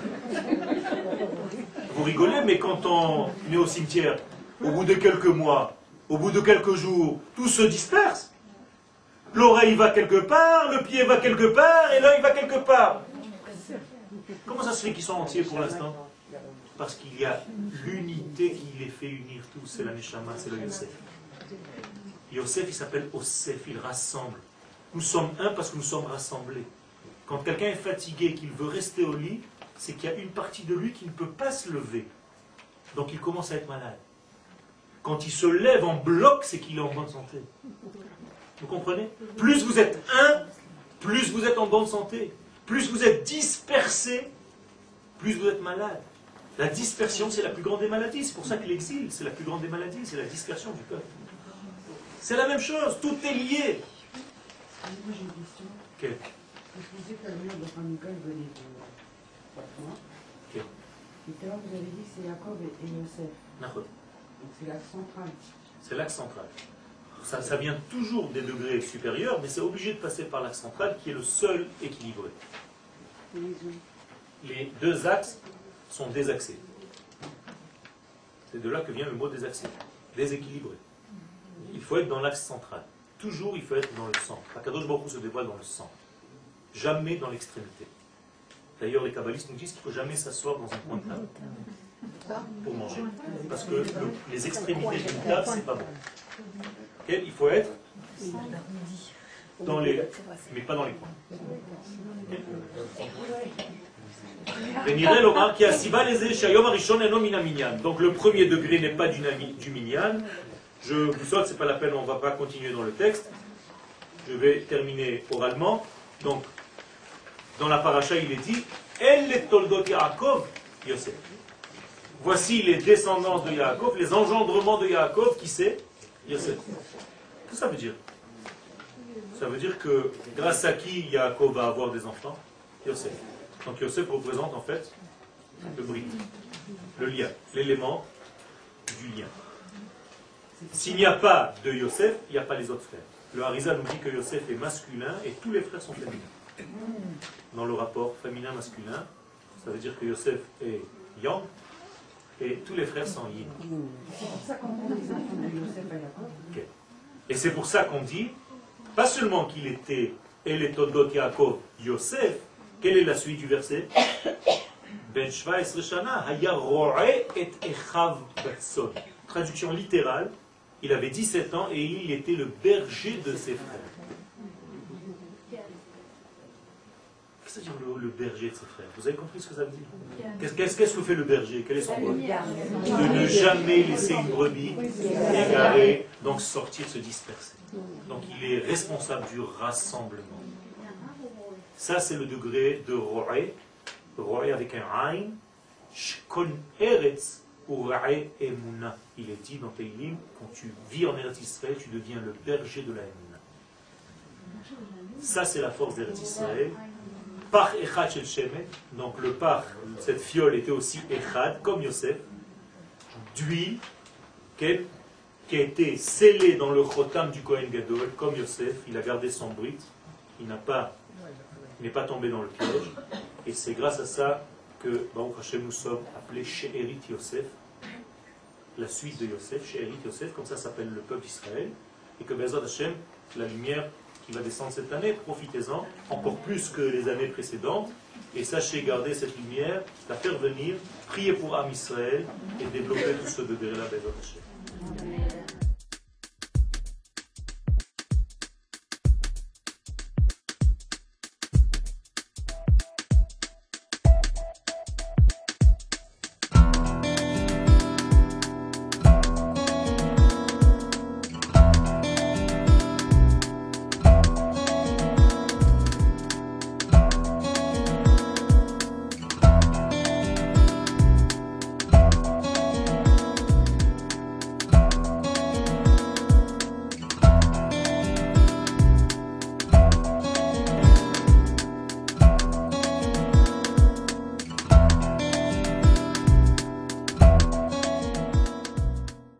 Vous rigolez, mais quand on est au cimetière, au bout de quelques mois, au bout de quelques jours, tout se disperse. L'oreille va quelque part, le pied va quelque part, et l'œil va quelque part. Comment ça se fait qu'ils sont entiers pour l'instant? Parce qu'il y a l'unité qui les fait unir tous, c'est la Neshama, c'est le Yosef. Yosef, il s'appelle Osef, il rassemble. Nous sommes un parce que nous sommes rassemblés. Quand quelqu'un est fatigué, qu'il veut rester au lit, c'est qu'il y a une partie de lui qui ne peut pas se lever. Donc il commence à être malade. Quand il se lève en bloc, c'est qu'il est en bonne santé. Vous comprenez? Plus vous êtes un, plus vous êtes en bonne santé. Plus vous êtes dispersé, plus vous êtes malade. La dispersion, c'est la plus grande des maladies. C'est pour ça que l'exil, c'est la plus grande des maladies. C'est la dispersion du peuple. C'est la même chose. Tout est lié. Moi j'ai une question. Okay. Je pensais que la mère de Hanouka venait de moi. Okay. Et tout à l'heure vous avez dit que c'est Jacob et Yosef. D'accord. Donc c'est l'axe central. C'est l'axe central. Ça, ça vient toujours des degrés supérieurs, mais c'est obligé de passer par l'axe central qui est le seul équilibré. Les deux axes sont désaxés. C'est de là que vient le mot désaxé. Déséquilibré. Il faut être dans l'axe central. Toujours, il faut être dans le centre. Akadosh Baruch Hu se dévoile dans le centre. Jamais dans l'extrémité. D'ailleurs, les kabbalistes nous disent qu'il ne faut jamais s'asseoir dans un coin de table pour manger. Parce que le, les extrémités d'une table, c'est pas bon. Okay? Il faut être dans les... mais pas dans les coins. Okay? Donc le premier degré n'est pas du, du minyan. Je vous saute, c'est pas la peine, on ne va pas continuer dans le texte. Je vais terminer oralement. Donc, dans la paracha, il est dit El le toldot Yaakov Yosef. Voici les descendants de Yaakov, les engendrements de Yaakov, qui c'est Yosef. Qu'est-ce que ça veut dire? Ça veut dire que grâce à qui Yaakov va avoir des enfants? Yosef. Donc Yosef représente en fait le brit, le lien, l'élément du lien. S'il n'y a pas de Yosef, il n'y a pas les autres frères. Le Harizal nous dit que Yosef est masculin et tous les frères sont féminins. Dans le rapport féminin-masculin, ça veut dire que Yosef est yang et tous les frères sont yin. C'est pour ça qu'on prend les enfants de Yosef à Jacob. Okay. Et c'est pour ça qu'on dit, pas seulement qu'il était El Toldot Yaakov Yosef, quelle est la suite du verset? Ben Shvaïs Reshana, Haya Ro'e et Echav Batson. Traduction littérale, il avait dix-sept ans et il était le berger de ses frères. Qu'est-ce que ça veut dire le, le berger de ses frères? Vous avez compris ce que ça veut dire? Qu'est-ce qu'est-ce que fait le berger? Quel est son rôle? De ne jamais laisser une brebis égarée, donc sortir, se disperser. Donc il est responsable du rassemblement. Ça c'est le degré de Ro'e, Ro'e avec un Aïn, Shkon Eretz, ou Ra'e Emuna. Il est dit dans Teilim, quand tu vis en Eretz Israël, tu deviens le berger de la Emuna. Ça c'est la force d'Eretz Israël. Par Echad Shel Shemet, donc le par, cette fiole était aussi Echad, comme Yosef, d'huile, qui a été scellée dans le chotam du Kohen Gadol, comme Yosef, il a gardé son brit, il n'a pas, il n'est pas tombé dans le piège, et c'est grâce à ça que Baruch Hashem nous sommes appelés She'erit Yosef, la suite de Yosef, She'erit Yosef, comme ça s'appelle le peuple d'Israël, et que Bezrat Hashem, la lumière qui va descendre cette année, profitez-en, encore plus que les années précédentes, et sachez garder cette lumière, la faire venir, prier pour Am Israël, et développer tout ce degré-là, Bezrat Hashem.